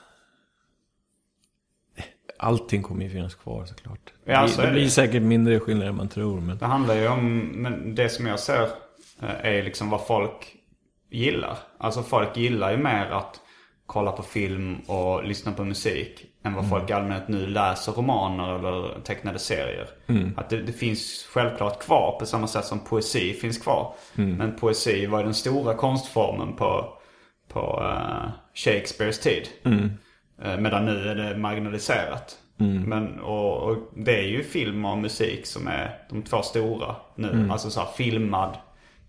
allting kommer ju finnas kvar såklart. Ja, det, så det är blir det. säkert mindre skillnader än man tror, men det handlar ju om, men det som jag ser är liksom vad folk gillar. Alltså folk gillar ju mer att kolla på film och lyssna på musik än vad mm. folk allmänt nu läser romaner eller tecknade serier. Mm. Att det, det finns självklart kvar på samma sätt som poesi finns kvar. Mm. Men poesi var den stora konstformen på, på uh, Shakespeares tid. Mm. Uh, medan nu är det marginaliserat. Mm. Men, och, och det är ju film och musik som är de två stora nu. Mm. Alltså så här, filmad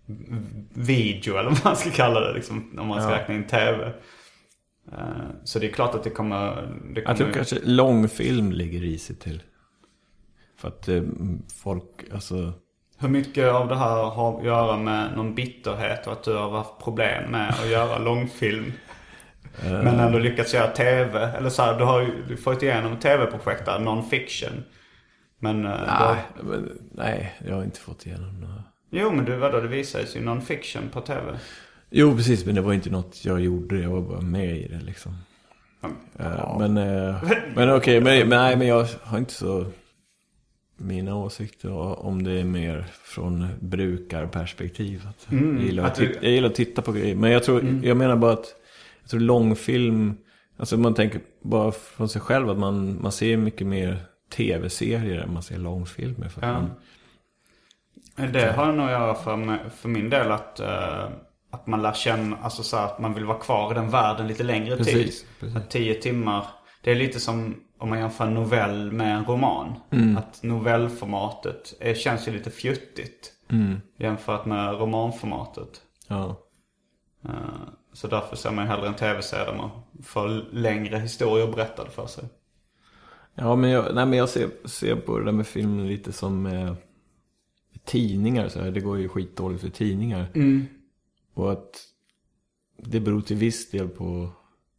video eller vad man ska kalla det liksom, om man ska ja. räkna in tv. Uh, så det är klart att det kommer, det kommer... Jag tror kanske långfilm ligger i sig till. För att uh, folk, alltså... Hur mycket av det här har att göra med någon bitterhet och att du har haft problem med att göra långfilm? Uh... Men ändå lyckats göra tv. Eller så här, du har ju du fått igenom ett tv-projekt där, non-fiction. Men, uh, nej, har... men nej, jag har inte fått igenom något. Jo, men du, vadå, det visar ju non-fiction på tv. Jo, precis, men det var inte något jag gjorde. Jag var bara med i det liksom. Ja. Uh, men uh, men okej, okay, men, men, nej, men jag har inte så mina åsikter om det är mer från brukarperspektiv. Att mm, jag, gillar att, att titta, jag gillar att titta på grejer. Men jag tror, mm. jag menar bara att jag tror långfilm, alltså man tänker bara från sig själv att man, man ser mycket mer tv-serier än man ser långfilmer. För att ja. man, det har nog att göra för, för min del att... Uh, Att man lär känna, alltså så att man vill vara kvar i den världen lite längre precis, tid. Precis. Att tio timmar, det är lite som om man jämför en novell med en roman. Mm. Att novellformatet är, känns ju lite fjuttigt mm. jämfört med romanformatet. Ja. Uh, så därför ser man hellre en tv-serie där man får längre historier berättade för sig. Ja, men jag, nej, men jag ser, ser på det där med filmen lite som eh, tidningar. Så här. Det går ju skitdåligt för tidningar. Mm. Och att det beror till viss del på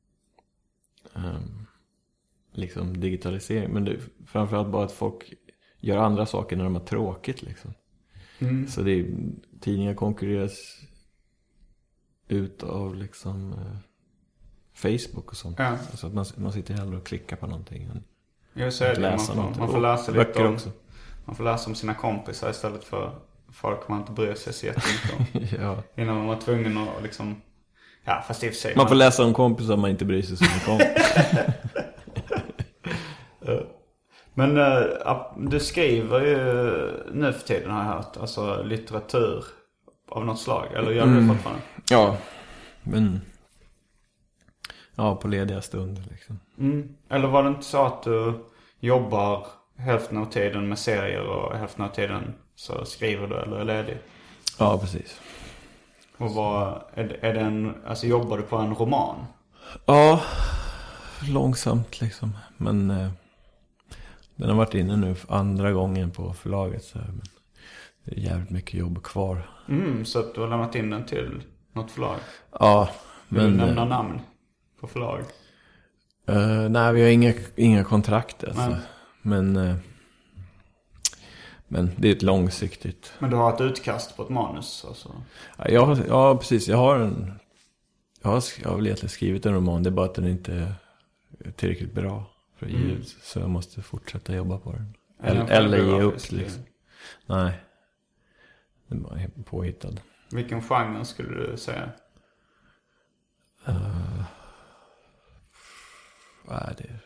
um, liksom digitalisering. Men det, framförallt bara att folk gör andra saker när de har tråkigt. Liksom. Mm. Så det är, tidningar konkurreras ut av liksom, uh, Facebook och sånt. Ja. Så att man, man sitter hellre och klickar på någonting. Jag säger det, man får, man får läsa lite om, också. Man får läsa om sina kompisar istället för... folk man inte bryr sig så jättemycket om. Ja. Innan man var tvungen att liksom... Ja, fast i och för sig... Man, man får läsa om kompisar man inte bryr sig så mycket om. Men äh, du skriver ju nu för tiden har jag hört. Alltså litteratur av något slag. Eller gör du det fortfarande? Ja, men... Ja, på lediga stunder liksom. Mm. Eller var det inte så att du jobbar hälften av tiden med serier och hälften av tiden... så skriver du eller är ledig? Ja, precis. Och vad, är, är det en, alltså jobbar du på en roman? Ja, långsamt liksom. Men eh, den har varit inne nu för andra gången på förlaget. Så, men det är jävligt mycket jobb kvar. Mm, så att du har lämnat in den till något förlag? Ja. Vill men, du nämna eh, namn på förlag? Eh, nej, vi har inga, inga kontrakt alltså. Nej. Men... Eh, Men det är ett långsiktigt... Men du har ett utkast på ett manus? Alltså. Ja, jag, ja, precis. Jag har en... Jag har, jag har väl egentligen skrivit en roman. Det är bara att den inte är tillräckligt bra för att ge ut. Mm. Så jag måste fortsätta jobba på den. Eller, eller ge upp liksom. Nej. Det är bara påhittad. Vilken genre skulle du säga? Uh, vad är det?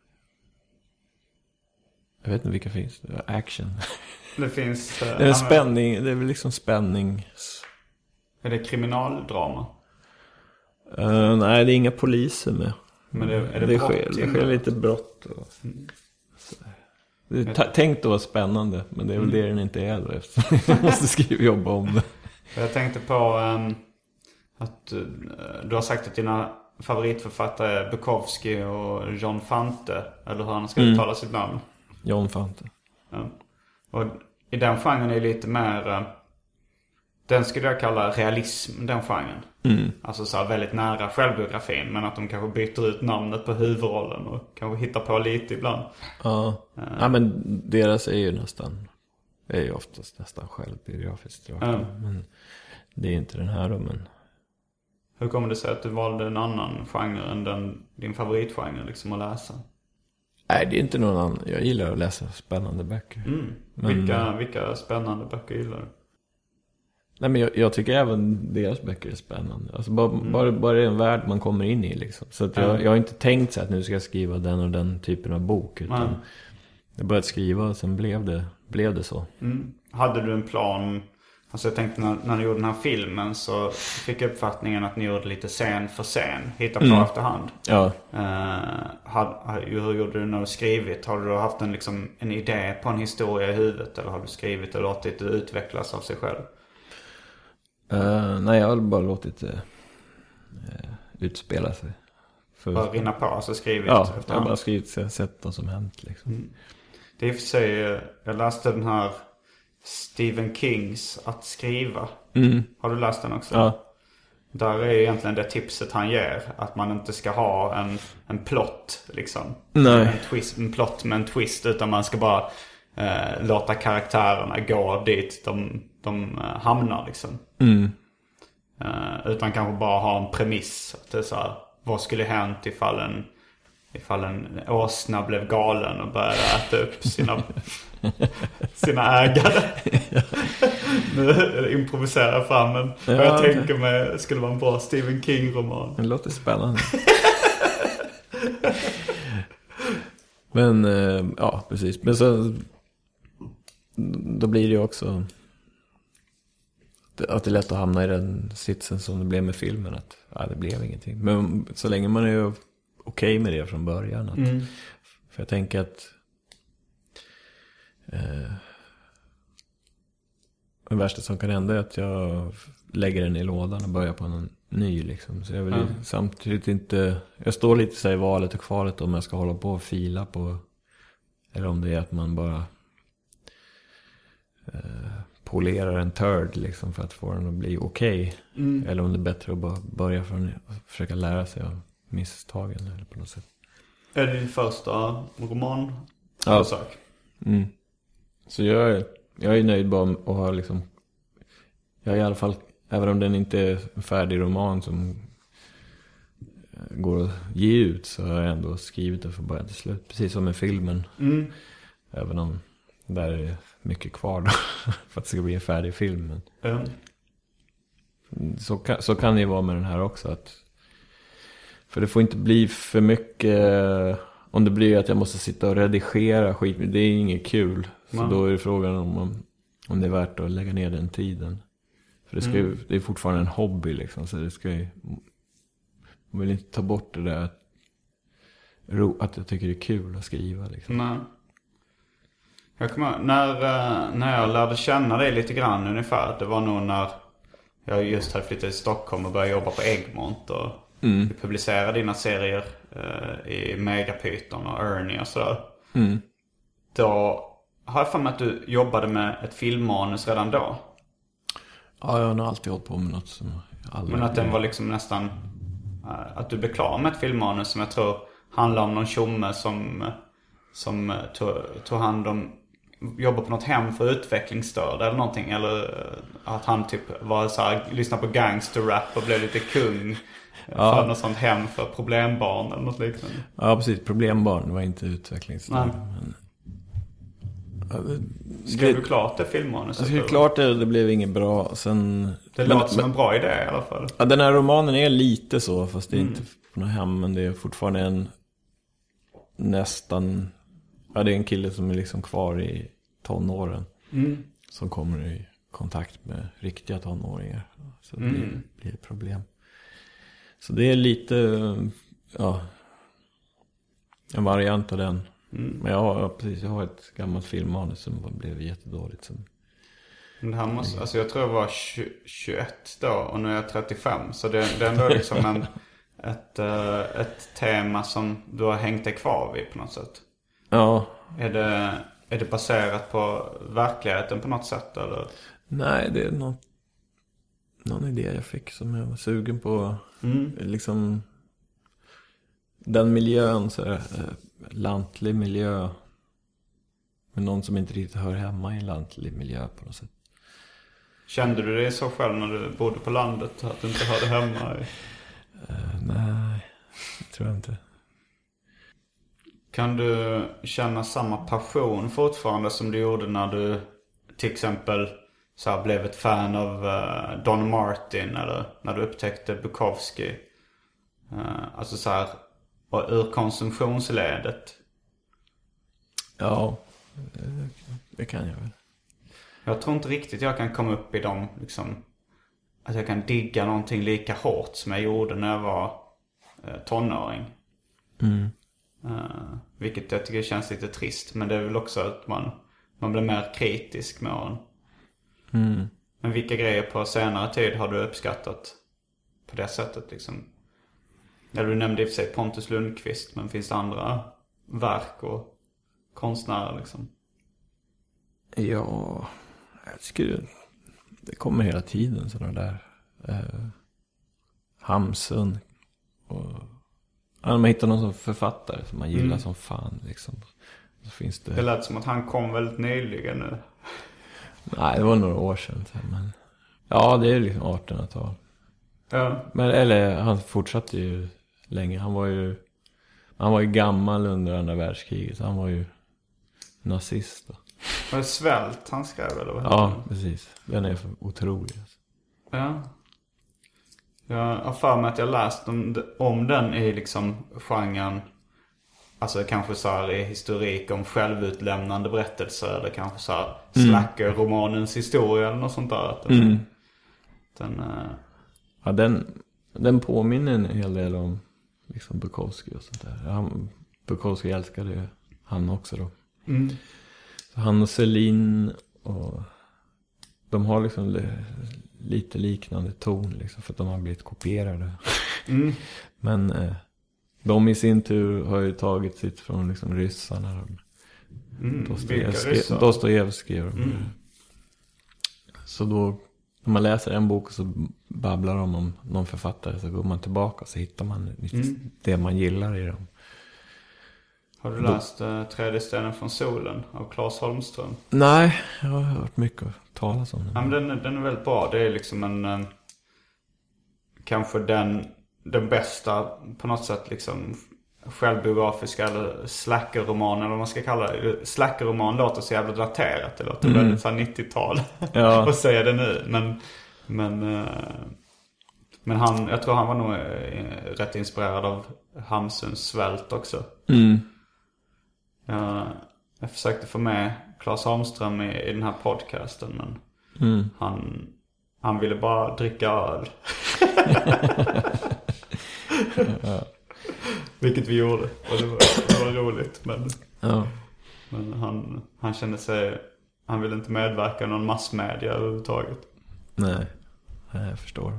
Jag vet inte vilka finns det. Action. Det finns... Uh, det är spänning. Det är väl liksom spänning. Är det kriminaldrama? Uh, nej, det är inga poliser med. Men det, är det, det, sker, det sker lite brott. Och, mm. Det är t- tänkt att vara spännande. Men det är väl mm. det den inte är då. Eftersom jag måste skriva jobba om det. Jag tänkte på um, att uh, du har sagt att dina favoritförfattare är Bukowski och John Fante. Eller hur han ska mm. uttala sitt namn. John Fante. Ja. Och i den genren är lite mer... Uh, den skulle jag kalla realism, den genren. Mm. Alltså så här väldigt nära självbiografin. Men att de kanske byter ut namnet på huvudrollen. Och kanske hittar på lite ibland. Ja, uh. ja men deras är ju nästan... är ju oftast nästan självbiografiskt. Uh. Men det är inte den här då, men... Hur kommer det sig att du valde en annan genre än den, din favoritgenre liksom att läsa? Nej, det är inte någon annan. Jag gillar att läsa spännande böcker. Mm. Men, vilka, vilka spännande böcker gillar du? Nej, men jag, jag tycker även deras böcker är spännande. Alltså bara, mm. bara, bara det är en värld man kommer in i liksom. Så att jag, mm. jag har inte tänkt så att nu ska jag skriva den och den typen av bok. Utan mm. jag började skriva och sen blev det, blev det så. Mm. Hade du en plan? Alltså jag tänkte när, när du gjorde den här filmen så fick jag uppfattningen att ni gjorde lite scen för scen. Hitta på mm. efterhand. Ja. Uh, had, hur gjorde du när du skrivit? Har du haft en, liksom, en idé på en historia i huvudet? Eller har du skrivit och låtit det utvecklas av sig själv? Uh, nej, jag har bara låtit det uh, utspela sig. För... Bara rinna på, alltså skrivit? Ja, jag har bara skrivit så jag sett vad som hänt liksom. Mm. Det är i och för sig, jag läste den här Stephen Kings Att skriva. Mm. Har du läst den också? Ja. Där är ju egentligen det tipset han ger. Att man inte ska ha en, en plott liksom. Nej. En, twist, en plott med en twist. Utan man ska bara eh, låta karaktärerna gå dit de, de eh, hamnar liksom. Mm. Eh, utan kanske bara ha en premiss. Att det är så här, vad skulle hänt ifall en, ifall en åsna blev galen och började äta upp sina, sina ägare. Nu improviserar jag fram en, ja, och jag okay. tänker mig skulle vara en bra Stephen King-roman. Det låter spännande. Men ja, precis. Men så då blir det ju också att det är lätt att hamna i den sitsen som det blev med filmen, att ja, det blev ingenting. Men så länge man är okej okay med det från början, att, mm. för jag tänker att eh, det värsta som kan hända är att jag lägger den i lådan och börjar på en ny liksom. Så jag vill mm. samtidigt inte, jag står lite så i valet och kvalet om jag ska hålla på och fila på, eller om det är att man bara eh, polerar en törd liksom för att få den att bli okej. Okay. Mm. Eller om det är bättre att bara börja från att försöka lära sig av misstagen eller på något sätt. Är det din första roman? Ja. Mm. Så jag är, jag är nöjd bara att ha liksom, jag är i alla fall, även om den inte är en färdig roman som går att ge ut, så har jag ändå skrivit det från början till slut. Precis som med filmen. Mm. Även om där är mycket kvar då, för att det ska bli en färdig film. Mm. Så, kan, så kan det ju vara med den här också. Att, för det får inte bli för mycket, om det blir att jag måste sitta och redigera skit, det är inget kul. Så mm. då är det frågan om, om det är värt att lägga ner den tiden. För det, ska ju, mm. det är fortfarande en hobby liksom, så det ska ju, man vill inte ta bort det där att, att jag tycker det är kul att skriva liksom. Nej. Jag kommer, när, när jag lärde känna dig lite grann ungefär, det var nog när jag just hade flyttat till Stockholm och började jobba på Egmont och mm. publicerade dina serier eh, i Megapython och Ernie och sådär. Mm. Då har jag för mig att du jobbade med ett filmmanus redan då. Ja, jag har nog alltid hållit på med något som aldrig... Men att den var liksom nästan, att du blev klar med ett filmmanus som jag tror handlar om någon tjomme som, som tog, tog hand om, jobbar på något hem för utvecklingsstörda eller någonting, eller att han typ var så här, lyssnade på gangsterrap och blev lite kung ja. för något sånt hem för problembarn eller något liknande. Ja, precis, problembarn var inte utvecklingsstörda. Men... Skrev du klart det filmmanuset? Jag skrev klart det, det blev inget bra. Sen... Det låter som en bra idé i alla fall. Ja, den här romanen är lite så, fast det är mm. inte på något hem, men det är fortfarande en nästan, ja, det är en kille som är liksom kvar i tonåren mm. som kommer i kontakt med riktiga tonåringar. Så det mm. blir, blir ett problem. Så det är lite, ja, en variant av den. Mm. Men jag har, precis, jag har ett gammalt filmmanus som blev jättedåligt. Som... Det här måste, alltså jag tror jag var tjugoett då och nu är jag trettiofem. Så det, det är ändå liksom en, ett, ett tema som du har hängt dig kvar vid på något sätt. Ja. Är det, är det baserat på verkligheten på något sätt? Eller? Nej, det är något, någon idé jag fick som jag var sugen på. Mm. Liksom den miljön, så här, lantlig miljö, men någon som inte riktigt hör hemma i en lantlig miljö på något sätt. Kände du det så själv när du bodde på landet, att du inte hörde hemma i... Uh, nej, det tror jag inte. Kan du känna samma passion fortfarande som du gjorde när du till exempel så här, blev ett fan av uh, Don Martin eller när du upptäckte Bukowski. Uh, alltså så här, och ur konsumtionsledet. Ja, det kan jag väl. Jag tror inte riktigt jag kan komma upp i dem liksom, att jag kan digga någonting lika hårt som jag gjorde när jag var uh, tonåring. Mm. Uh, vilket jag tycker känns lite trist. Men det är väl också att man, man blir mer kritisk med åren. Mm. Men vilka grejer på senare tid har du uppskattat på det sättet liksom? Eller du nämnde i och för sig Pontus Lundqvist, men finns det andra verk och konstnärer liksom? Ja, jag tycker det, det kommer hela tiden sådana där eh, Hamsun och ja, man hittar någon som författare som man gillar mm. som fan liksom. Så finns det... det lät som att han kom väldigt nyligen nu. Nej, det var några år sedan. Men... ja, det är liksom artonhundratal. Ja. Men, eller han fortsatte ju länge. Han var ju han var ju gammal under andra världskriget. Så han var ju nazist då. Var det Svält han skrev eller vad? Ja, precis. Den är för otrolig. Ja. Jag har för mig att jag läst om, om den i liksom genren, alltså kanske så här i historik om självutlämnande berättelser eller kanske så här mm. slacker-romanens historia eller något sånt där. Att den, mm. den, uh... ja, den, den påminner en hel del om liksom Bukowski och sånt där. Han, Bukowski älskade ju han också då. Mm. Så han och Celine och de har liksom lite liknande ton liksom, för att de har blivit kopierade. Mm. Men eh, de i sin tur har ju tagit sitt från liksom ryssarna. Mm. Dostojevskij, Dostojevskij och mm. Så då när man läser en bok och så babblar de om någon författare, så går man tillbaka och så hittar man mm. det man gillar i dem. Har du läst uh, Tredje stenen från solen av Claes Holmström? Nej, jag har hört mycket talas om den. Ja, men den, den är väldigt bra. Det är liksom en uh, kanske den, den bästa på något sätt liksom självbiografiska eller slackerroman eller vad man ska kalla det. Slackerroman låter så jävla daterat. Det låter mm. väldigt så här nittiotal ja. att säga det nu. Men, men, uh, men han, jag tror han var nog uh, rätt inspirerad av Hamsuns Svält också. Mm. Jag, jag försökte få med Claes Holmström i, i den här podcasten, men mm. han, han ville bara dricka öl. ja. Vilket vi gjorde. Och det var, det var roligt. Men, ja. men han, han kände sig, han ville inte medverka i någon massmedia överhuvudtaget. Nej, jag förstår.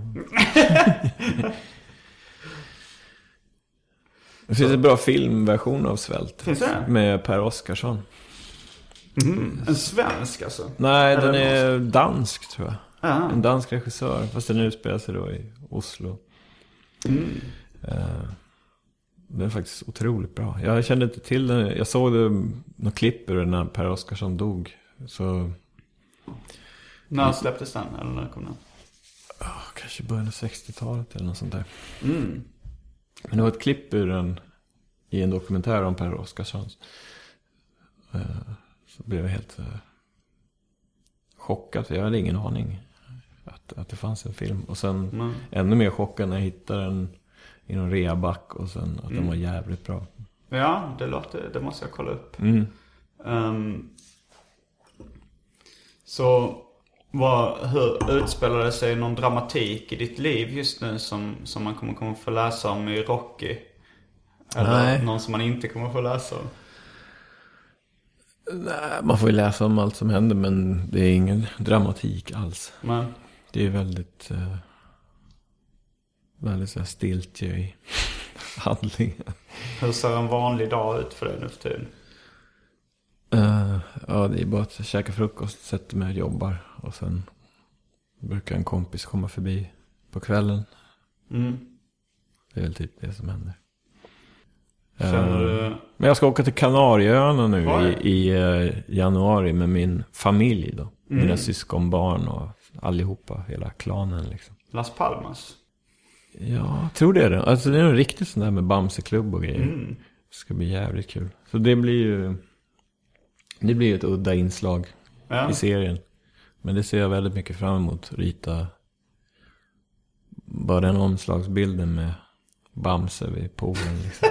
Det finns en bra filmversion av Svält. Finns det? Med Per Oscarsson. Mm. En svensk alltså? Nej, den är dansk tror jag. Aha. En dansk regissör. Fast den utspelar sig då i Oslo. Mm. Uh, den är faktiskt otroligt bra. Jag kände inte till den. Jag såg det, något klipp ur när Per Oscarsson dog. Så... när släpptes den? Eller när kom den? Oh, kanske början av sextiotalet eller något sånt där. Mm. Men det var ett klipp ur en, i en dokumentär om Per Oscarsson. Uh, så blev jag helt uh, chockad. För jag hade ingen aning att, att det fanns en film. Och sen mm. ännu mer chockad när jag hittade den i någon reaback. Och sen att mm. den var jävligt bra. Ja, det låter, det måste jag kolla upp. Mm. Um, så vad, hur utspelar det sig någon dramatik i ditt liv just nu som, som man kommer, kommer få läsa om i Rocky? Eller Nej. Någon som man inte kommer få läsa om? Nej, man får ju läsa om allt som händer, men det är ingen dramatik alls. Nej. Det är väldigt uh, väldigt så här stiltje i handlingen. Hur ser en vanlig dag ut för dig nu för tiden? Uh, ja, det är bara att käka frukost, sätter mig och jobbar. Och sen brukar en kompis komma förbi på kvällen. Mm. Det är väl typ det som händer. Känner uh, du... Men jag ska åka till Kanarieöarna nu i, i uh, januari med min familj då. Mm. Mina syskonbarn och allihopa, hela klanen liksom. Las Palmas? Ja, tror det är det. Alltså det är en riktigt sån där med Bamseklubb och grejer. Mm. Det ska bli jävligt kul. Så det blir ju... Det blir ett udda inslag ja. i serien. Men det ser jag väldigt mycket fram emot. Rita bara den omslagsbilden med Bamse vid poolen liksom.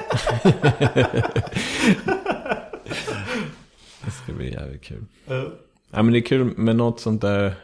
Det ska bli jävligt kul. Uh. Ja, men det är kul med något sånt där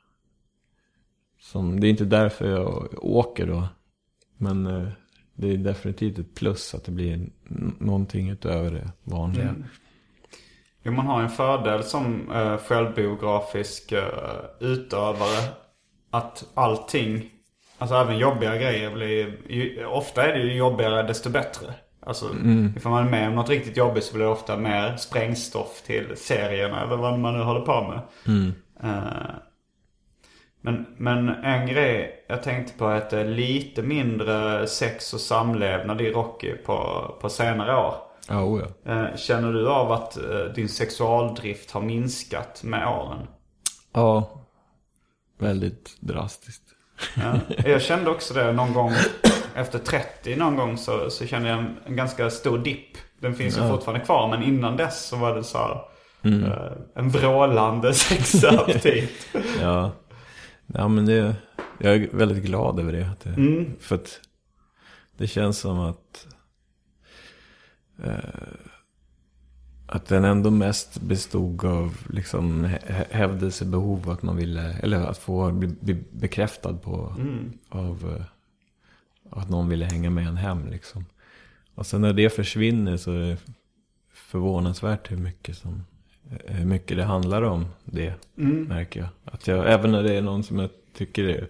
som, det är inte därför jag åker då. Men uh, det är definitivt ett plus att det blir n- någonting utöver det vanliga. Mm. Jo, man har en fördel som uh, självbiografisk uh, utövare att allting, alltså även jobbiga grejer blir ju, ofta är det ju jobbigare desto bättre. Alltså mm. ifall man är med om något riktigt jobbigt så blir det ofta mer sprängstoff till serierna eller vad man nu håller på med. Mm. Uh, men, men en grej jag tänkte på är att det är lite mindre sex och samlevnad i Rocky på, på senare år. Oh, ja. uh, Känner du av att uh, din sexualdrift har minskat med åren? Ja, väldigt drastiskt. Ja, jag kände också det någon gång efter trettio någon gång så, så kände jag en, en ganska stor dipp. Den finns ju ja. fortfarande kvar, men innan dess så var det så här, mm. uh, en vrålande sexaptit. Ja. Ja, men det, jag är väldigt glad över det, att det mm. för att det känns som att uh, att den ändå mest bestod av liksom hävdelsebehov, att man ville, eller att få bli, bli bekräftad på mm. av uh, att någon ville hänga med en hem liksom. Och sen när det försvinner så är det förvånansvärt hur mycket som hur mycket det handlar om det, mm. märker jag. Att jag, även när det är någon som jag tycker är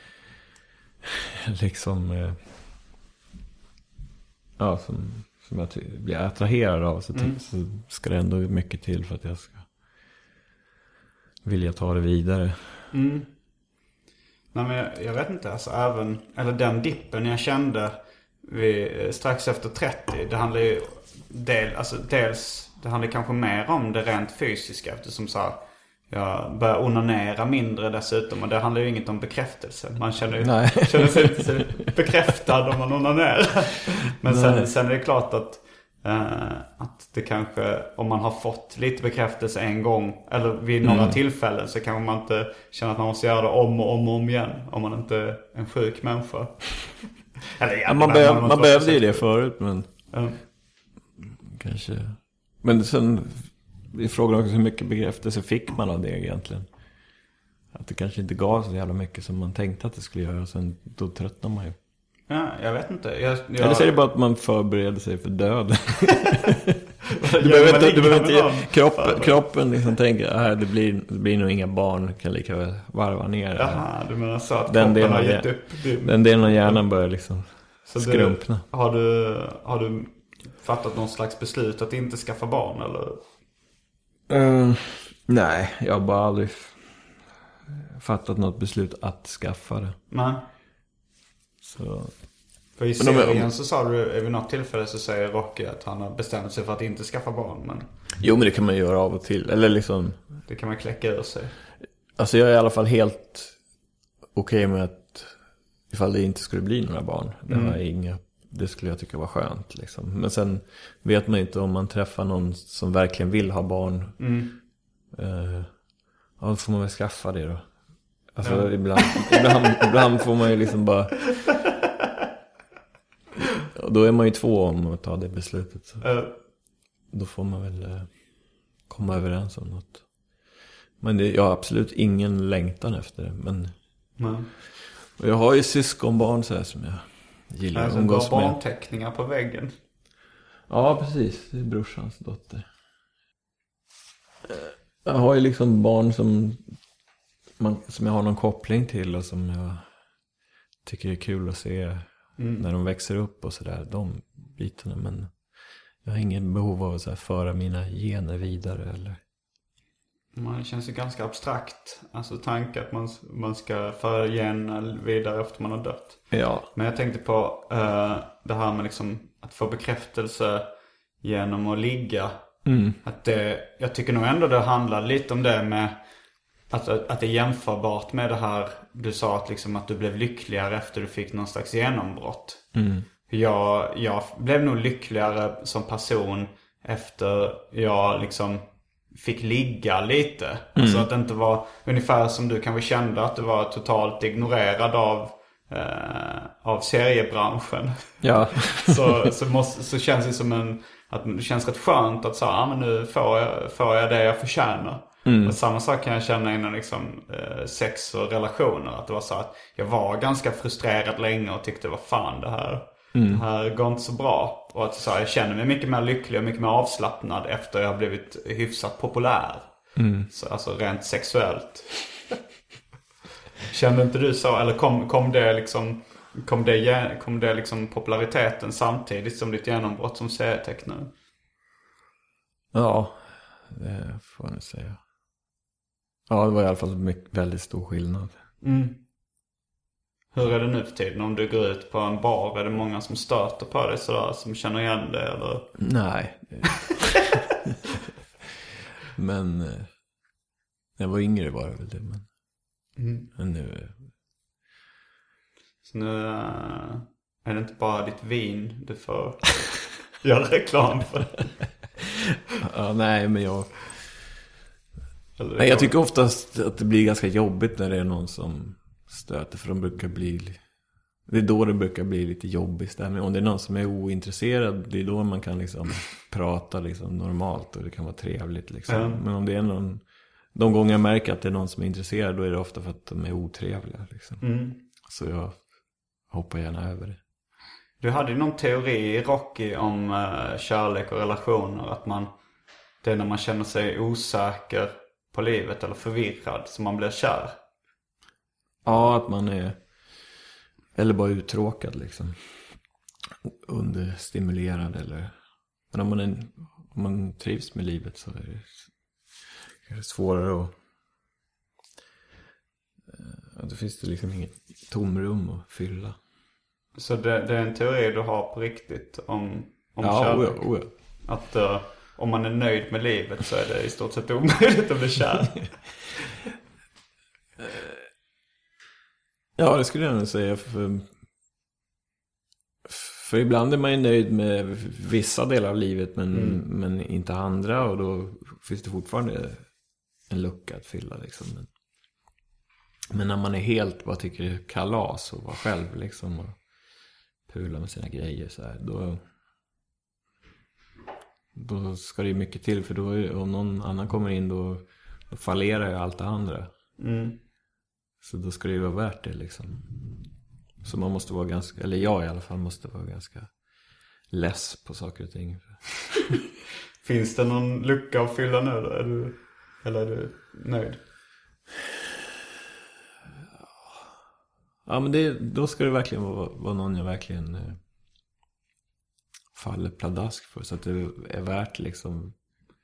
liksom eh, ja, som, som jag ty- blir attraherad av, så, mm. så ska det ändå mycket till för att jag ska vilja ta det vidare. Mm. Nej, men jag, jag vet inte, alltså även, eller den dippen jag kände vid, strax efter trettio, det handlar ju del, alltså dels, det handlar kanske mer om det rent fysiska, eftersom så här, jag börjar onanera mindre dessutom, och det handlar ju inget om bekräftelse. Man känner ju känner sig inte bekräftad om man onanerar. Men sen, sen är det klart att Uh, att det kanske, om man har fått lite bekräftelse en gång eller vid några mm. tillfällen, så kanske man inte känner att man måste göra det om och om och om igen, om man inte är en sjuk människa. Eller, ja, man behöv, man, man behövde ju det förut, men mm. kanske. Men sen i frågan också, hur mycket bekräftelse fick man av det egentligen? Att det kanske inte gav så jävla mycket som man tänkte att det skulle göra, och sen då tröttnar man ju. Ja, jag vet inte. Jag, jag... Eller så är det bara att man förbereder sig för döden. Du behöver inte, du behöver inte kroppen, kroppen liksom tänker att det blir, det blir nog inga barn, kan lika väl varva ner. Jaha, du menar så att den delen har av, gett upp din... den delen av hjärnan börjar liksom så skrumpna. Du, har, du, har du fattat någon slags beslut att inte skaffa barn, eller? Uh, nej, jag har bara aldrig fattat något beslut att skaffa det. Nej. Så. För i serien så sa du, vid något tillfälle så säger Rocky att han har bestämt sig för att inte skaffa barn, men... Jo, men det kan man göra av och till, eller liksom... Det kan man kläcka ur sig. Alltså jag är i alla fall helt okej med att ifall det inte skulle bli några barn, det, mm. var inga, det skulle jag tycka var skönt liksom. Men sen vet man inte, om man träffar någon som verkligen vill ha barn, mm. eh, ja, då får man väl skaffa det då. Alltså ja. ibland, ibland, ibland får man ju liksom bara... Och då är man ju två om att ta det beslutet. Så. Uh. Då får man väl eh, komma överens om något. Men det, jag har absolut ingen längtan efter det. Men mm. och jag har ju syskonbarn så här som jag gillar att umgås med. Alltså barnteckningar på väggen. Ja, precis. Det är brorsans dotter. Jag har ju liksom barn som... Man, som jag har någon koppling till och som jag tycker är kul att se mm. när de växer upp och sådär, de bitarna. Men jag har ingen behov av att så här föra mina gener vidare eller... Det känns ju ganska abstrakt, alltså tanken att man, man ska föra gener vidare efter man har dött. Ja. Men jag tänkte på uh, det här med liksom att få bekräftelse genom att ligga. Mm. Att det, jag tycker nog ändå det handlar lite om det med att, att det är jämförbart med det här du sa, att, liksom, att du blev lyckligare efter du fick någon slags genombrott. Mm. Jag, jag blev nog lyckligare som person efter jag liksom fick ligga lite. Mm. Alltså att det inte var ungefär som du kanske kände att du var totalt ignorerad av eh, av seriebranschen. Ja. så, så, måste, så känns det som en, att det känns rätt skönt att säga, ah, men nu får jag, får jag det jag förtjänar. Mm. Och samma sak kan jag känna inom liksom, eh, sex och relationer. Att det var så att jag var ganska frustrerad länge och tyckte, vad fan det här, mm. det här går inte så bra. Och att så här, jag känner mig mycket mer lycklig och mycket mer avslappnad efter jag har blivit hyfsat populär. Mm. Så, alltså rent sexuellt. Kände inte du så? Eller kom, kom det liksom kom det, kom det liksom populariteten samtidigt som ditt genombrott som serietecknare? Ja, det får jag nog säga. Ja, det var i alla fall mycket, väldigt stor skillnad. Mm. Hur är det nu för tiden? Om du går ut på en bar, är det många som stöter på dig sådär, som känner igen det? Eller? Nej. Men när jag var yngre var det väl det. Men, mm. men nu... Så nu är det inte bara ditt vin du får göra reklam för. Ja, nej, men jag... Nej, jag tycker oftast att det blir ganska jobbigt när det är någon som stöter, för de brukar bli... Det är då det brukar bli lite jobbigt stämning. Om det är någon som är ointresserad, det är då man kan liksom prata liksom normalt och det kan vara trevligt liksom. Mm. Men om det är någon... De gånger jag märker att det är någon som är intresserad, då är det ofta för att de är otrevliga liksom. Mm. Så jag hoppar gärna över det. Du hade ju någon teori i Rocky om uh, kärlek och relationer, att man... Det är när man känner sig osäker på livet eller förvirrad som man blir kär. Ja, att man är... Eller bara uttråkad liksom. Understimulerad eller... Men om man, är, om man trivs med livet så är det, är det svårare att... Ja, då finns det liksom inget tomrum att fylla. Så det, det är en teori du har på riktigt om, om ja, kärlek? Ja, oh ja. Att uh, om man är nöjd med livet så är det i stort sett omöjligt att bli kär. Ja, det skulle jag nog säga. För, för ibland är man ju nöjd med vissa delar av livet men, mm. men inte andra. Och då finns det fortfarande en lucka att fylla liksom. Men, men när man är helt, vad tycker det är kalas och vara själv liksom, och pula med sina grejer så här, då... Då ska det ju mycket till, för då är, om någon annan kommer in då, då fallerar ju allt det andra. Mm. Så då ska det ju vara värt det liksom. Så man måste vara ganska, eller jag i alla fall måste vara ganska less på saker och ting. Finns det någon lucka att fylla nu då? Är du, eller är du nöjd? Ja, men det, då ska det verkligen vara, vara någon jag verkligen... Eh, faller pladask för, så att det är värt liksom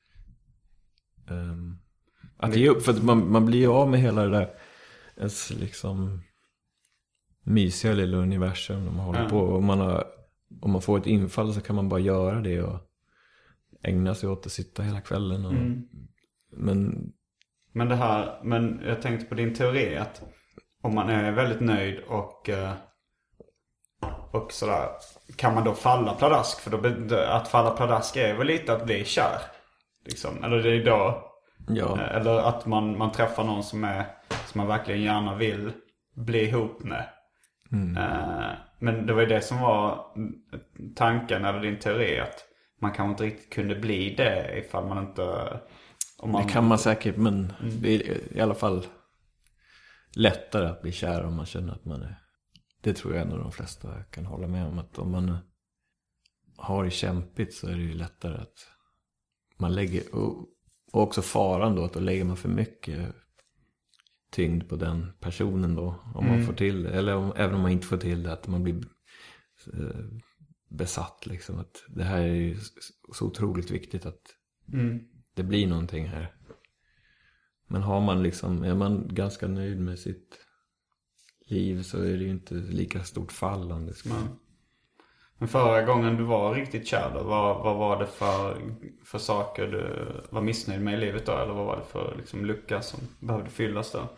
um, att ge upp, för att man, man blir ju av med hela det där ens liksom mysiga lilla universum de håller mm. på, och man har, om man får ett infall så kan man bara göra det och ägna sig åt att sitta hela kvällen och, mm. men men det här, men jag tänkte på din teori att om man är väldigt nöjd och och sådär, kan man då falla pladask? För då, att falla pladask är väl lite att bli kär liksom. Eller det är då ja. Eller att man, man träffar någon som är som man verkligen gärna vill bli ihop med. mm. uh, Men det var ju det som var tanken eller din teori, att man kanske inte riktigt kunde bli det ifall man inte om man... Det kan man säkert, men mm. det är i alla fall lättare att bli kär om man känner att man är... Det tror jag ändå de flesta kan hålla med om, att om man har det kämpigt så är det ju lättare att man lägger, och också faran då, att då lägger man för mycket tyngd på den personen då, om mm. man får till det, eller om, även om man inte får till det, att man blir eh, besatt liksom, att det här är ju så otroligt viktigt att mm. det blir någonting här. Men har man liksom, är man ganska nöjd med sitt liv så är det ju inte lika stort fallande. Mm. Men förra gången du var riktigt kär då, vad, vad var det för, för saker du var missnöjd med i livet då? Eller vad var det för liksom, lucka som behövde fyllas då?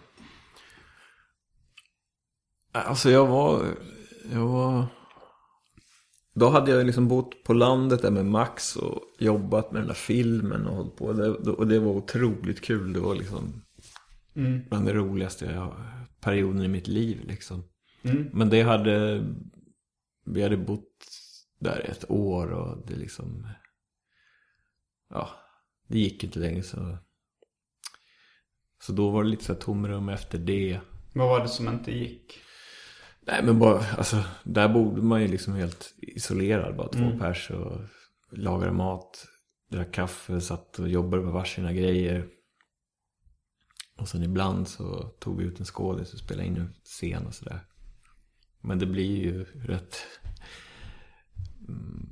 Alltså jag var, jag var då hade jag liksom bott på landet där med Max och jobbat med den där filmen och hållit på. Det, och det var otroligt kul. Det var liksom mm. bland det roligaste jag, perioden i mitt liv liksom. Mm. Men det hade, vi hade bott där ett år och det liksom, ja, det gick inte längre så. Så då var det lite så här tomrum efter det. Vad var det som inte gick? Nej, men bara, alltså, där bodde man ju liksom helt isolerad. Bara två mm. pers och lagade mat, drack kaffe, satt och jobbade med varsina grejer. Och sen ibland så tog vi ut en skådis och spelade in en scen och sådär. Men det blir ju rätt... Mm,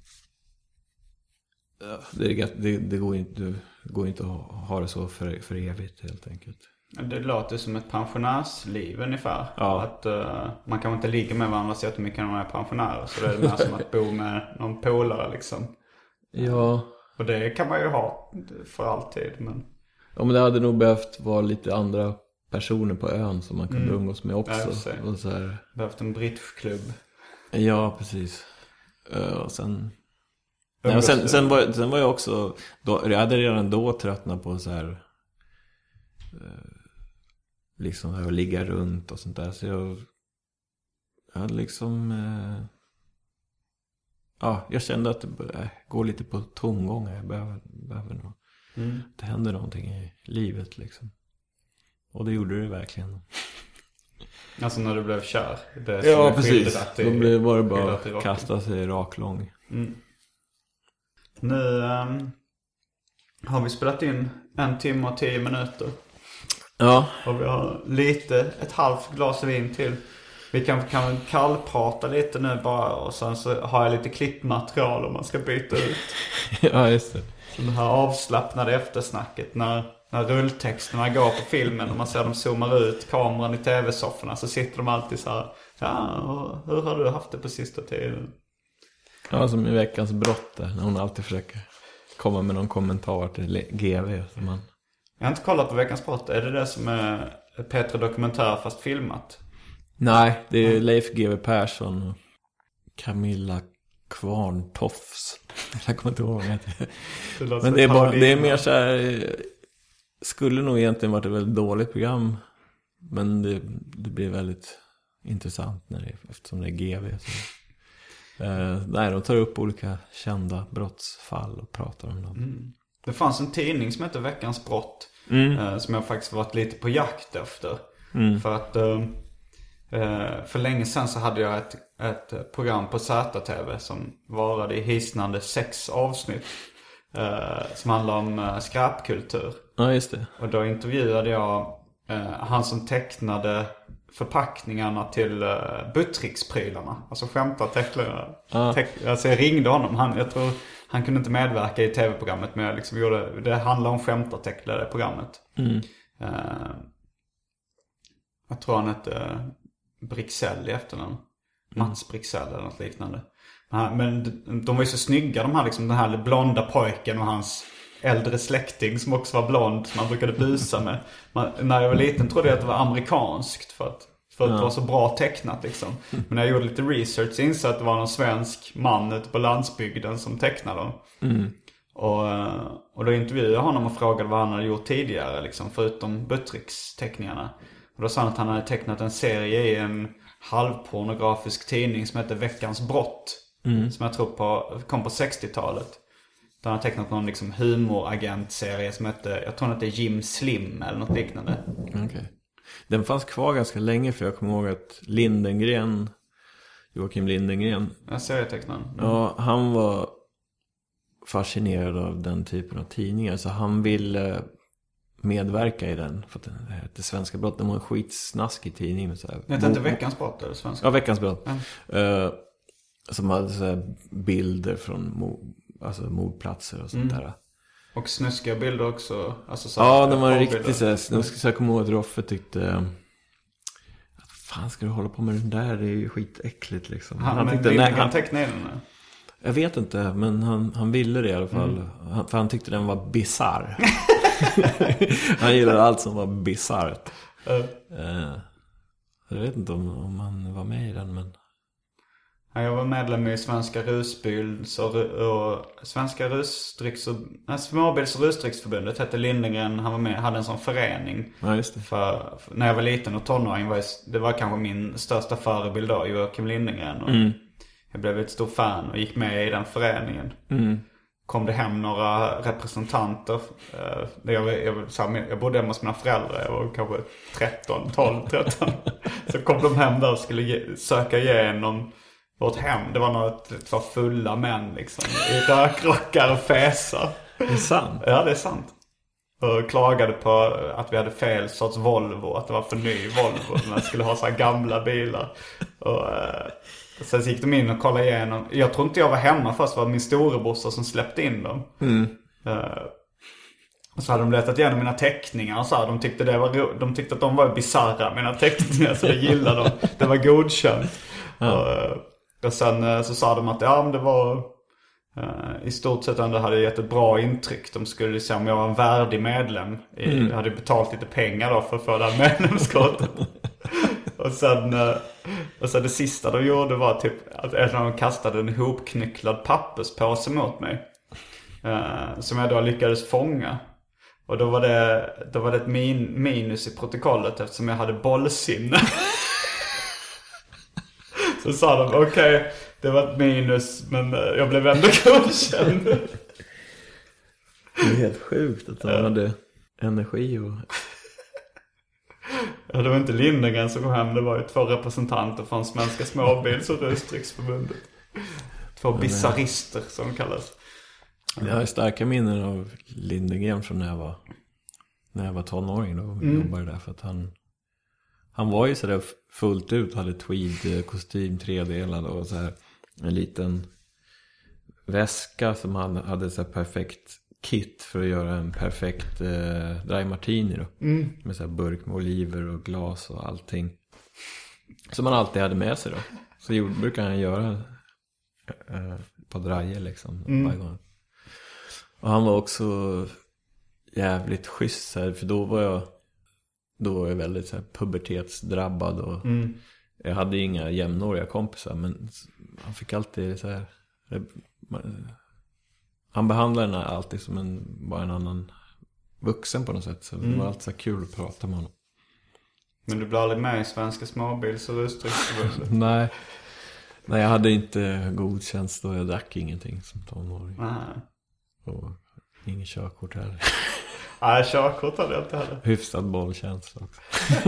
ja, det, det, det går inte, det går inte att ha det så för, för evigt helt enkelt. Det låter som ett pensionärsliv ungefär. Ja. Att uh, man kan inte ligga med varandra så jättemycket när man är pensionär. Så det är mer som att bo med någon polare liksom. Ja. Och det kan man ju ha för alltid. Men... Ja, men det hade nog behövt vara lite andra personer på ön som man kunde mm. umgås med också. Ja, och så här... behövt en bridgeklubb. Ja, precis. Uh, och sen... Nej, och sen, sen, var, sen var jag också... Då, jag hade redan då tröttnat på så här... Uh, liksom här att ligga runt och sånt där. Så jag... Jag hade liksom... Uh, ja, jag kände att det började gå lite på tomgångar. Jag behöver, behöver nog... Mm. Det hände någonting i livet liksom. Och det gjorde det verkligen. Alltså när du blev kär. Det ja, precis. Då blev det bara att kasta sig raklång. Mm. Nu um, har vi spelat in en timme och tio minuter. Ja. Och vi har lite, ett halvt glas vin till. Vi kan, kan kallprata lite nu bara. Och sen så har jag lite klippmaterial om man ska byta ut. Ja, just det. Så det här avslappnade eftersnacket när, när rulltexterna går på filmen och man ser dem zoomar ut kameran i tv-sofforna, så sitter de alltid så här: ja, hur har du haft det på sista tiden? Ja, som i Veckans brott där, när hon alltid försöker komma med någon kommentar till G V. Som man... Jag har inte kollat på Veckans brott. Är det det som är Petra Dokumentär fast filmat? Nej, det är Leif G W Persson och Camilla Kvarntofs. Jag kommer inte ihåg det. Det men det är, bara, det är mer så här. Skulle nog egentligen varit ett väldigt dåligt program. Men det, det blir väldigt intressant när det, eftersom det är G V. Så. Eh, nej, de tar upp olika kända brottsfall och pratar om dem. Mm. Det fanns en tidning som heter Veckans brott. Mm. Eh, som jag faktiskt varit lite på jakt efter. Mm. För att... Eh, för länge sedan så hade jag ett, ett program på Z T V som varade i hisnande sex avsnitt. Eh, som handlar om eh, skräpkultur. Ja, just det. Och då intervjuade jag eh, han som tecknade förpackningarna till eh, Buttricks-prylarna. Alltså skämtartecklarna. Ah. Teck, alltså jag ringde honom. Han, jag tror han kunde inte medverka i tv-programmet. Men jag liksom gjorde, det handlar om skämtartecklar, det programmet. Mm. Eh, jag tror han hette... Eh, Brixell i efternamn. Mats Brixell eller något liknande. Men de var ju så snygga, de här liksom, den här blonda pojken och hans äldre släkting som också var blond, som man brukade busa med. Man, när jag var liten trodde jag att det var amerikanskt för att, för att ja. det var så bra tecknat liksom. Men när jag gjorde lite research så insåg jag att det var någon svensk man ute på landsbygden som tecknade dem. Mm. Och, och då intervjuade jag honom och frågade vad han hade gjort tidigare liksom, förutom Buttricks-teckningarna. Och då sa han att han hade tecknat en serie i en halvpornografisk tidning som heter Veckans brott. Mm. Som jag tror på, kom på sextiotalet. Där han har tecknat någon liksom humoragent-serie som heter, jag tror att det är Jim Slim eller något liknande. Okay. Den fanns kvar ganska länge, för jag kommer ihåg att Lindengren, Joakim Lindengren. Jag serietecknaren. Mm. Ja, han var fascinerad av den typen av tidningar, så han ville medverka i den, för att det hette Svenska brott. Det var en skitsnaskig tidning med så här. Det hette inte Veckans brott eller Svenska? Ja, Veckans brott. Mm. Uh, som hade så här bilder från mo- alltså mordplatser och sånt mm. där. Och snuskiga bilder också. Alltså så ja, de var riktigt så här snuskiga. Så jag kommer ihåg att Roffe tyckte, att fan ska du hålla på med den där? Det är ju skitäckligt liksom. Han, han tyckte, nej, han tecknade den. Jag vet inte, men han, han ville det i alla fall. Mm. Han, för han tyckte den var bizarr. Han gillade allt som var bizarrt. Uh. Uh, jag vet inte om, om han var med i den, men... Jag var medlem i Svenska Rusbils och, och Svenska Rusdrycks och, nej, Småbils- och Rusdrycksförbundet hette Lindengren. Han var med, hade en sån förening. Ja, just det. För, för när jag var liten och tonåring var jag, det var kanske min största förebild då, Joakim Lindengren. Och Mm. jag blev ett stort fan och gick med i den föreningen. Mm. Kom det hem några representanter. Jag, jag, jag, jag bodde hemma hos mina föräldrar. Jag var kanske tretton, tolv, tretton. Så kom de hem där och skulle ge, söka igenom vårt hem. Det var något, två fulla män liksom. I rökrockar och fäsar. Det är sant. Ja, det är sant. Och klagade på att vi hade fel sorts Volvo. Att det var för ny Volvo. Man skulle ha så här gamla bilar. Och... Och sen gick de in och kollade igenom. Jag tror inte jag var hemma först. Det var min storebrorsa som släppte in dem. Mm. Uh, och så hade de letat igenom mina teckningar. Och så här, de, tyckte det var ro- de tyckte att de var bizarra, mina teckningar. Så det gillade de. Det var godkänt. Ja. Och, och sen uh, så sa de att ja, men det var uh, i stort sett ändå hade gett ett bra intryck. De skulle se om jag var en värdig medlem. Mm. Jag hade betalt lite pengar då för att få det här medlemskapet. Och sen, och sen det sista de gjorde var typ att en av dem kastade en hopknycklad papperspåse mot mig. Uh, som jag då lyckades fånga. Och då var det, då var det ett min, minus i protokollet eftersom jag hade bollsinne. Så sa de, okej, okay, det var ett minus men jag blev ändå godkänd. Det är helt sjukt att de hade energi och... Ja, det var inte Lindengren som kom hem. Det var ju två representanter från Svenska Småbils- och Rusdrycksförbundet. Två bizarrister som kallas. Jag har starka minnen av Lindengren från när jag var När jag var tonåring då och mm. jobbade där. För att han Han var ju sådär fullt ut. Hade tweed-kostym, tredelad och så här en liten väska som han hade så här perfekt kit för att göra en perfekt eh, dry martini då. Mm. Med så här burk med oliver och glas och allting. Som man alltid hade med sig då. Så gjorde, brukar han göra eh, ett par drajer liksom mm. varje gång. Och han var också jävligt schysst här, för då var jag då var jag väldigt så här pubertetsdrabbad och mm. jag hade inga jämnåriga kompisar, men han fick alltid så här han behandlade den alltid som en, bara en annan vuxen på något sätt. Så mm. det var alltid så kul att prata med honom. Men du blev aldrig med i Svenska Småbils- och Rusdrycksförbundet? Nej. Nej, jag hade inte godkänt då. Jag drack ingenting som tonåring. Nej. Och ingen körkort heller. Nej, körkort hade jag inte heller. Hyfsad bollkänsla också.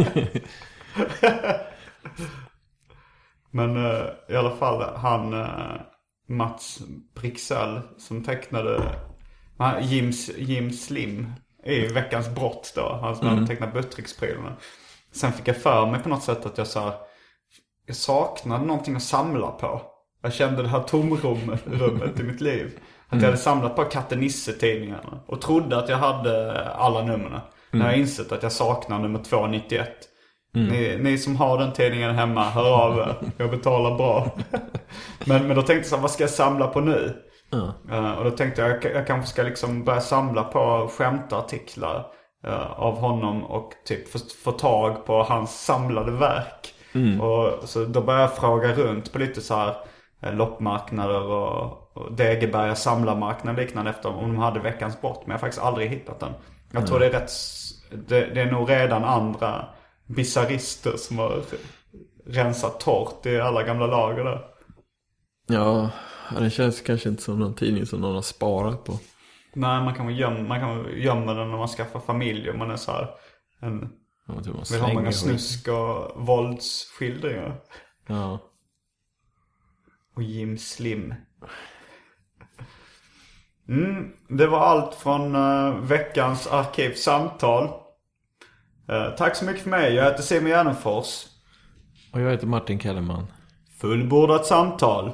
Men uh, i alla fall, han... Uh... Mats Brixell som tecknade Jims, Jim Slim i Veckans brott då. Han som mm. tecknade Buttricksprylarna. Sen fick jag för mig på något sätt att jag sa jag saknade någonting att samla på. Jag kände det här tomrummet i mitt liv. Att mm. jag hade samlat på Katte Nisse-tidningarna och trodde att jag hade alla numren. Mm. När jag insett att jag saknar nummer tvåhundranittioett. Mm. Ni, ni som har den tidningen hemma, hör av er. Jag betalar bra. men, men då tänkte jag så här, vad ska jag samla på nu? Mm. Uh, och då tänkte jag, jag, jag kanske ska liksom börja samla på skämtartiklar uh, av honom och typ få, få tag på hans samlade verk. Mm. Och så då började jag fråga runt på lite så här uh, loppmarknader och, och Degeberga samlarmarknad liknande efter om de hade Veckans brott. Men jag har faktiskt aldrig hittat den. Jag mm. tror det är rätt, det, det är nog redan andra bizarrister som har rensat torrt i alla gamla lager där. Ja, det känns kanske inte som någon tidning som någon har sparat på. Nej, man kan gömma, man kan gömma den när man skaffar familj. Och man är så här en, ja, man vill ha många snusk och våldsskildringar. Ja. Och Jim Slim. Mm, det var allt från uh, veckans arkivsamtal. Uh, tack så mycket för mig. Jag heter Simon Gärdenfors. Och jag heter Martin Kellerman. Fullbordat samtal.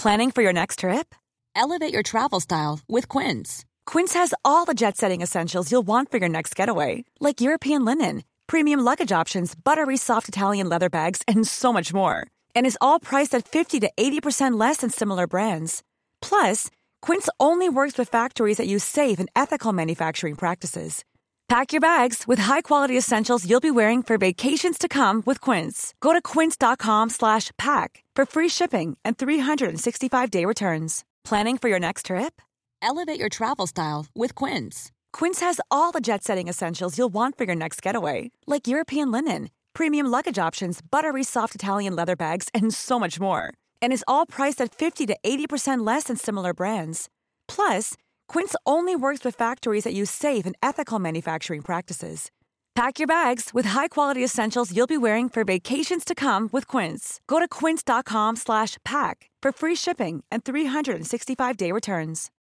Planning for your next trip? Elevate your travel style with Quince. Quince has all the jet-setting essentials you'll want for your next getaway, like European linen, premium luggage options, buttery soft Italian leather bags, and so much more. And is all priced at fifty to eighty percent less than similar brands. Plus, Quince only works with factories that use safe and ethical manufacturing practices. Pack your bags with high-quality essentials you'll be wearing for vacations to come with Quince. Go to quince.com slash pack for free shipping and three sixty-five day returns. Planning for your next trip? Elevate your travel style with Quince. Quince has all the jet-setting essentials you'll want for your next getaway, like European linen, premium luggage options, buttery soft Italian leather bags, and so much more. And is all priced at fifty to eighty percent less than similar brands. Plus, Quince only works with factories that use safe and ethical manufacturing practices. Pack your bags with high-quality essentials you'll be wearing for vacations to come with Quince. Go to quince.com slash pack for free shipping and three sixty-five day returns.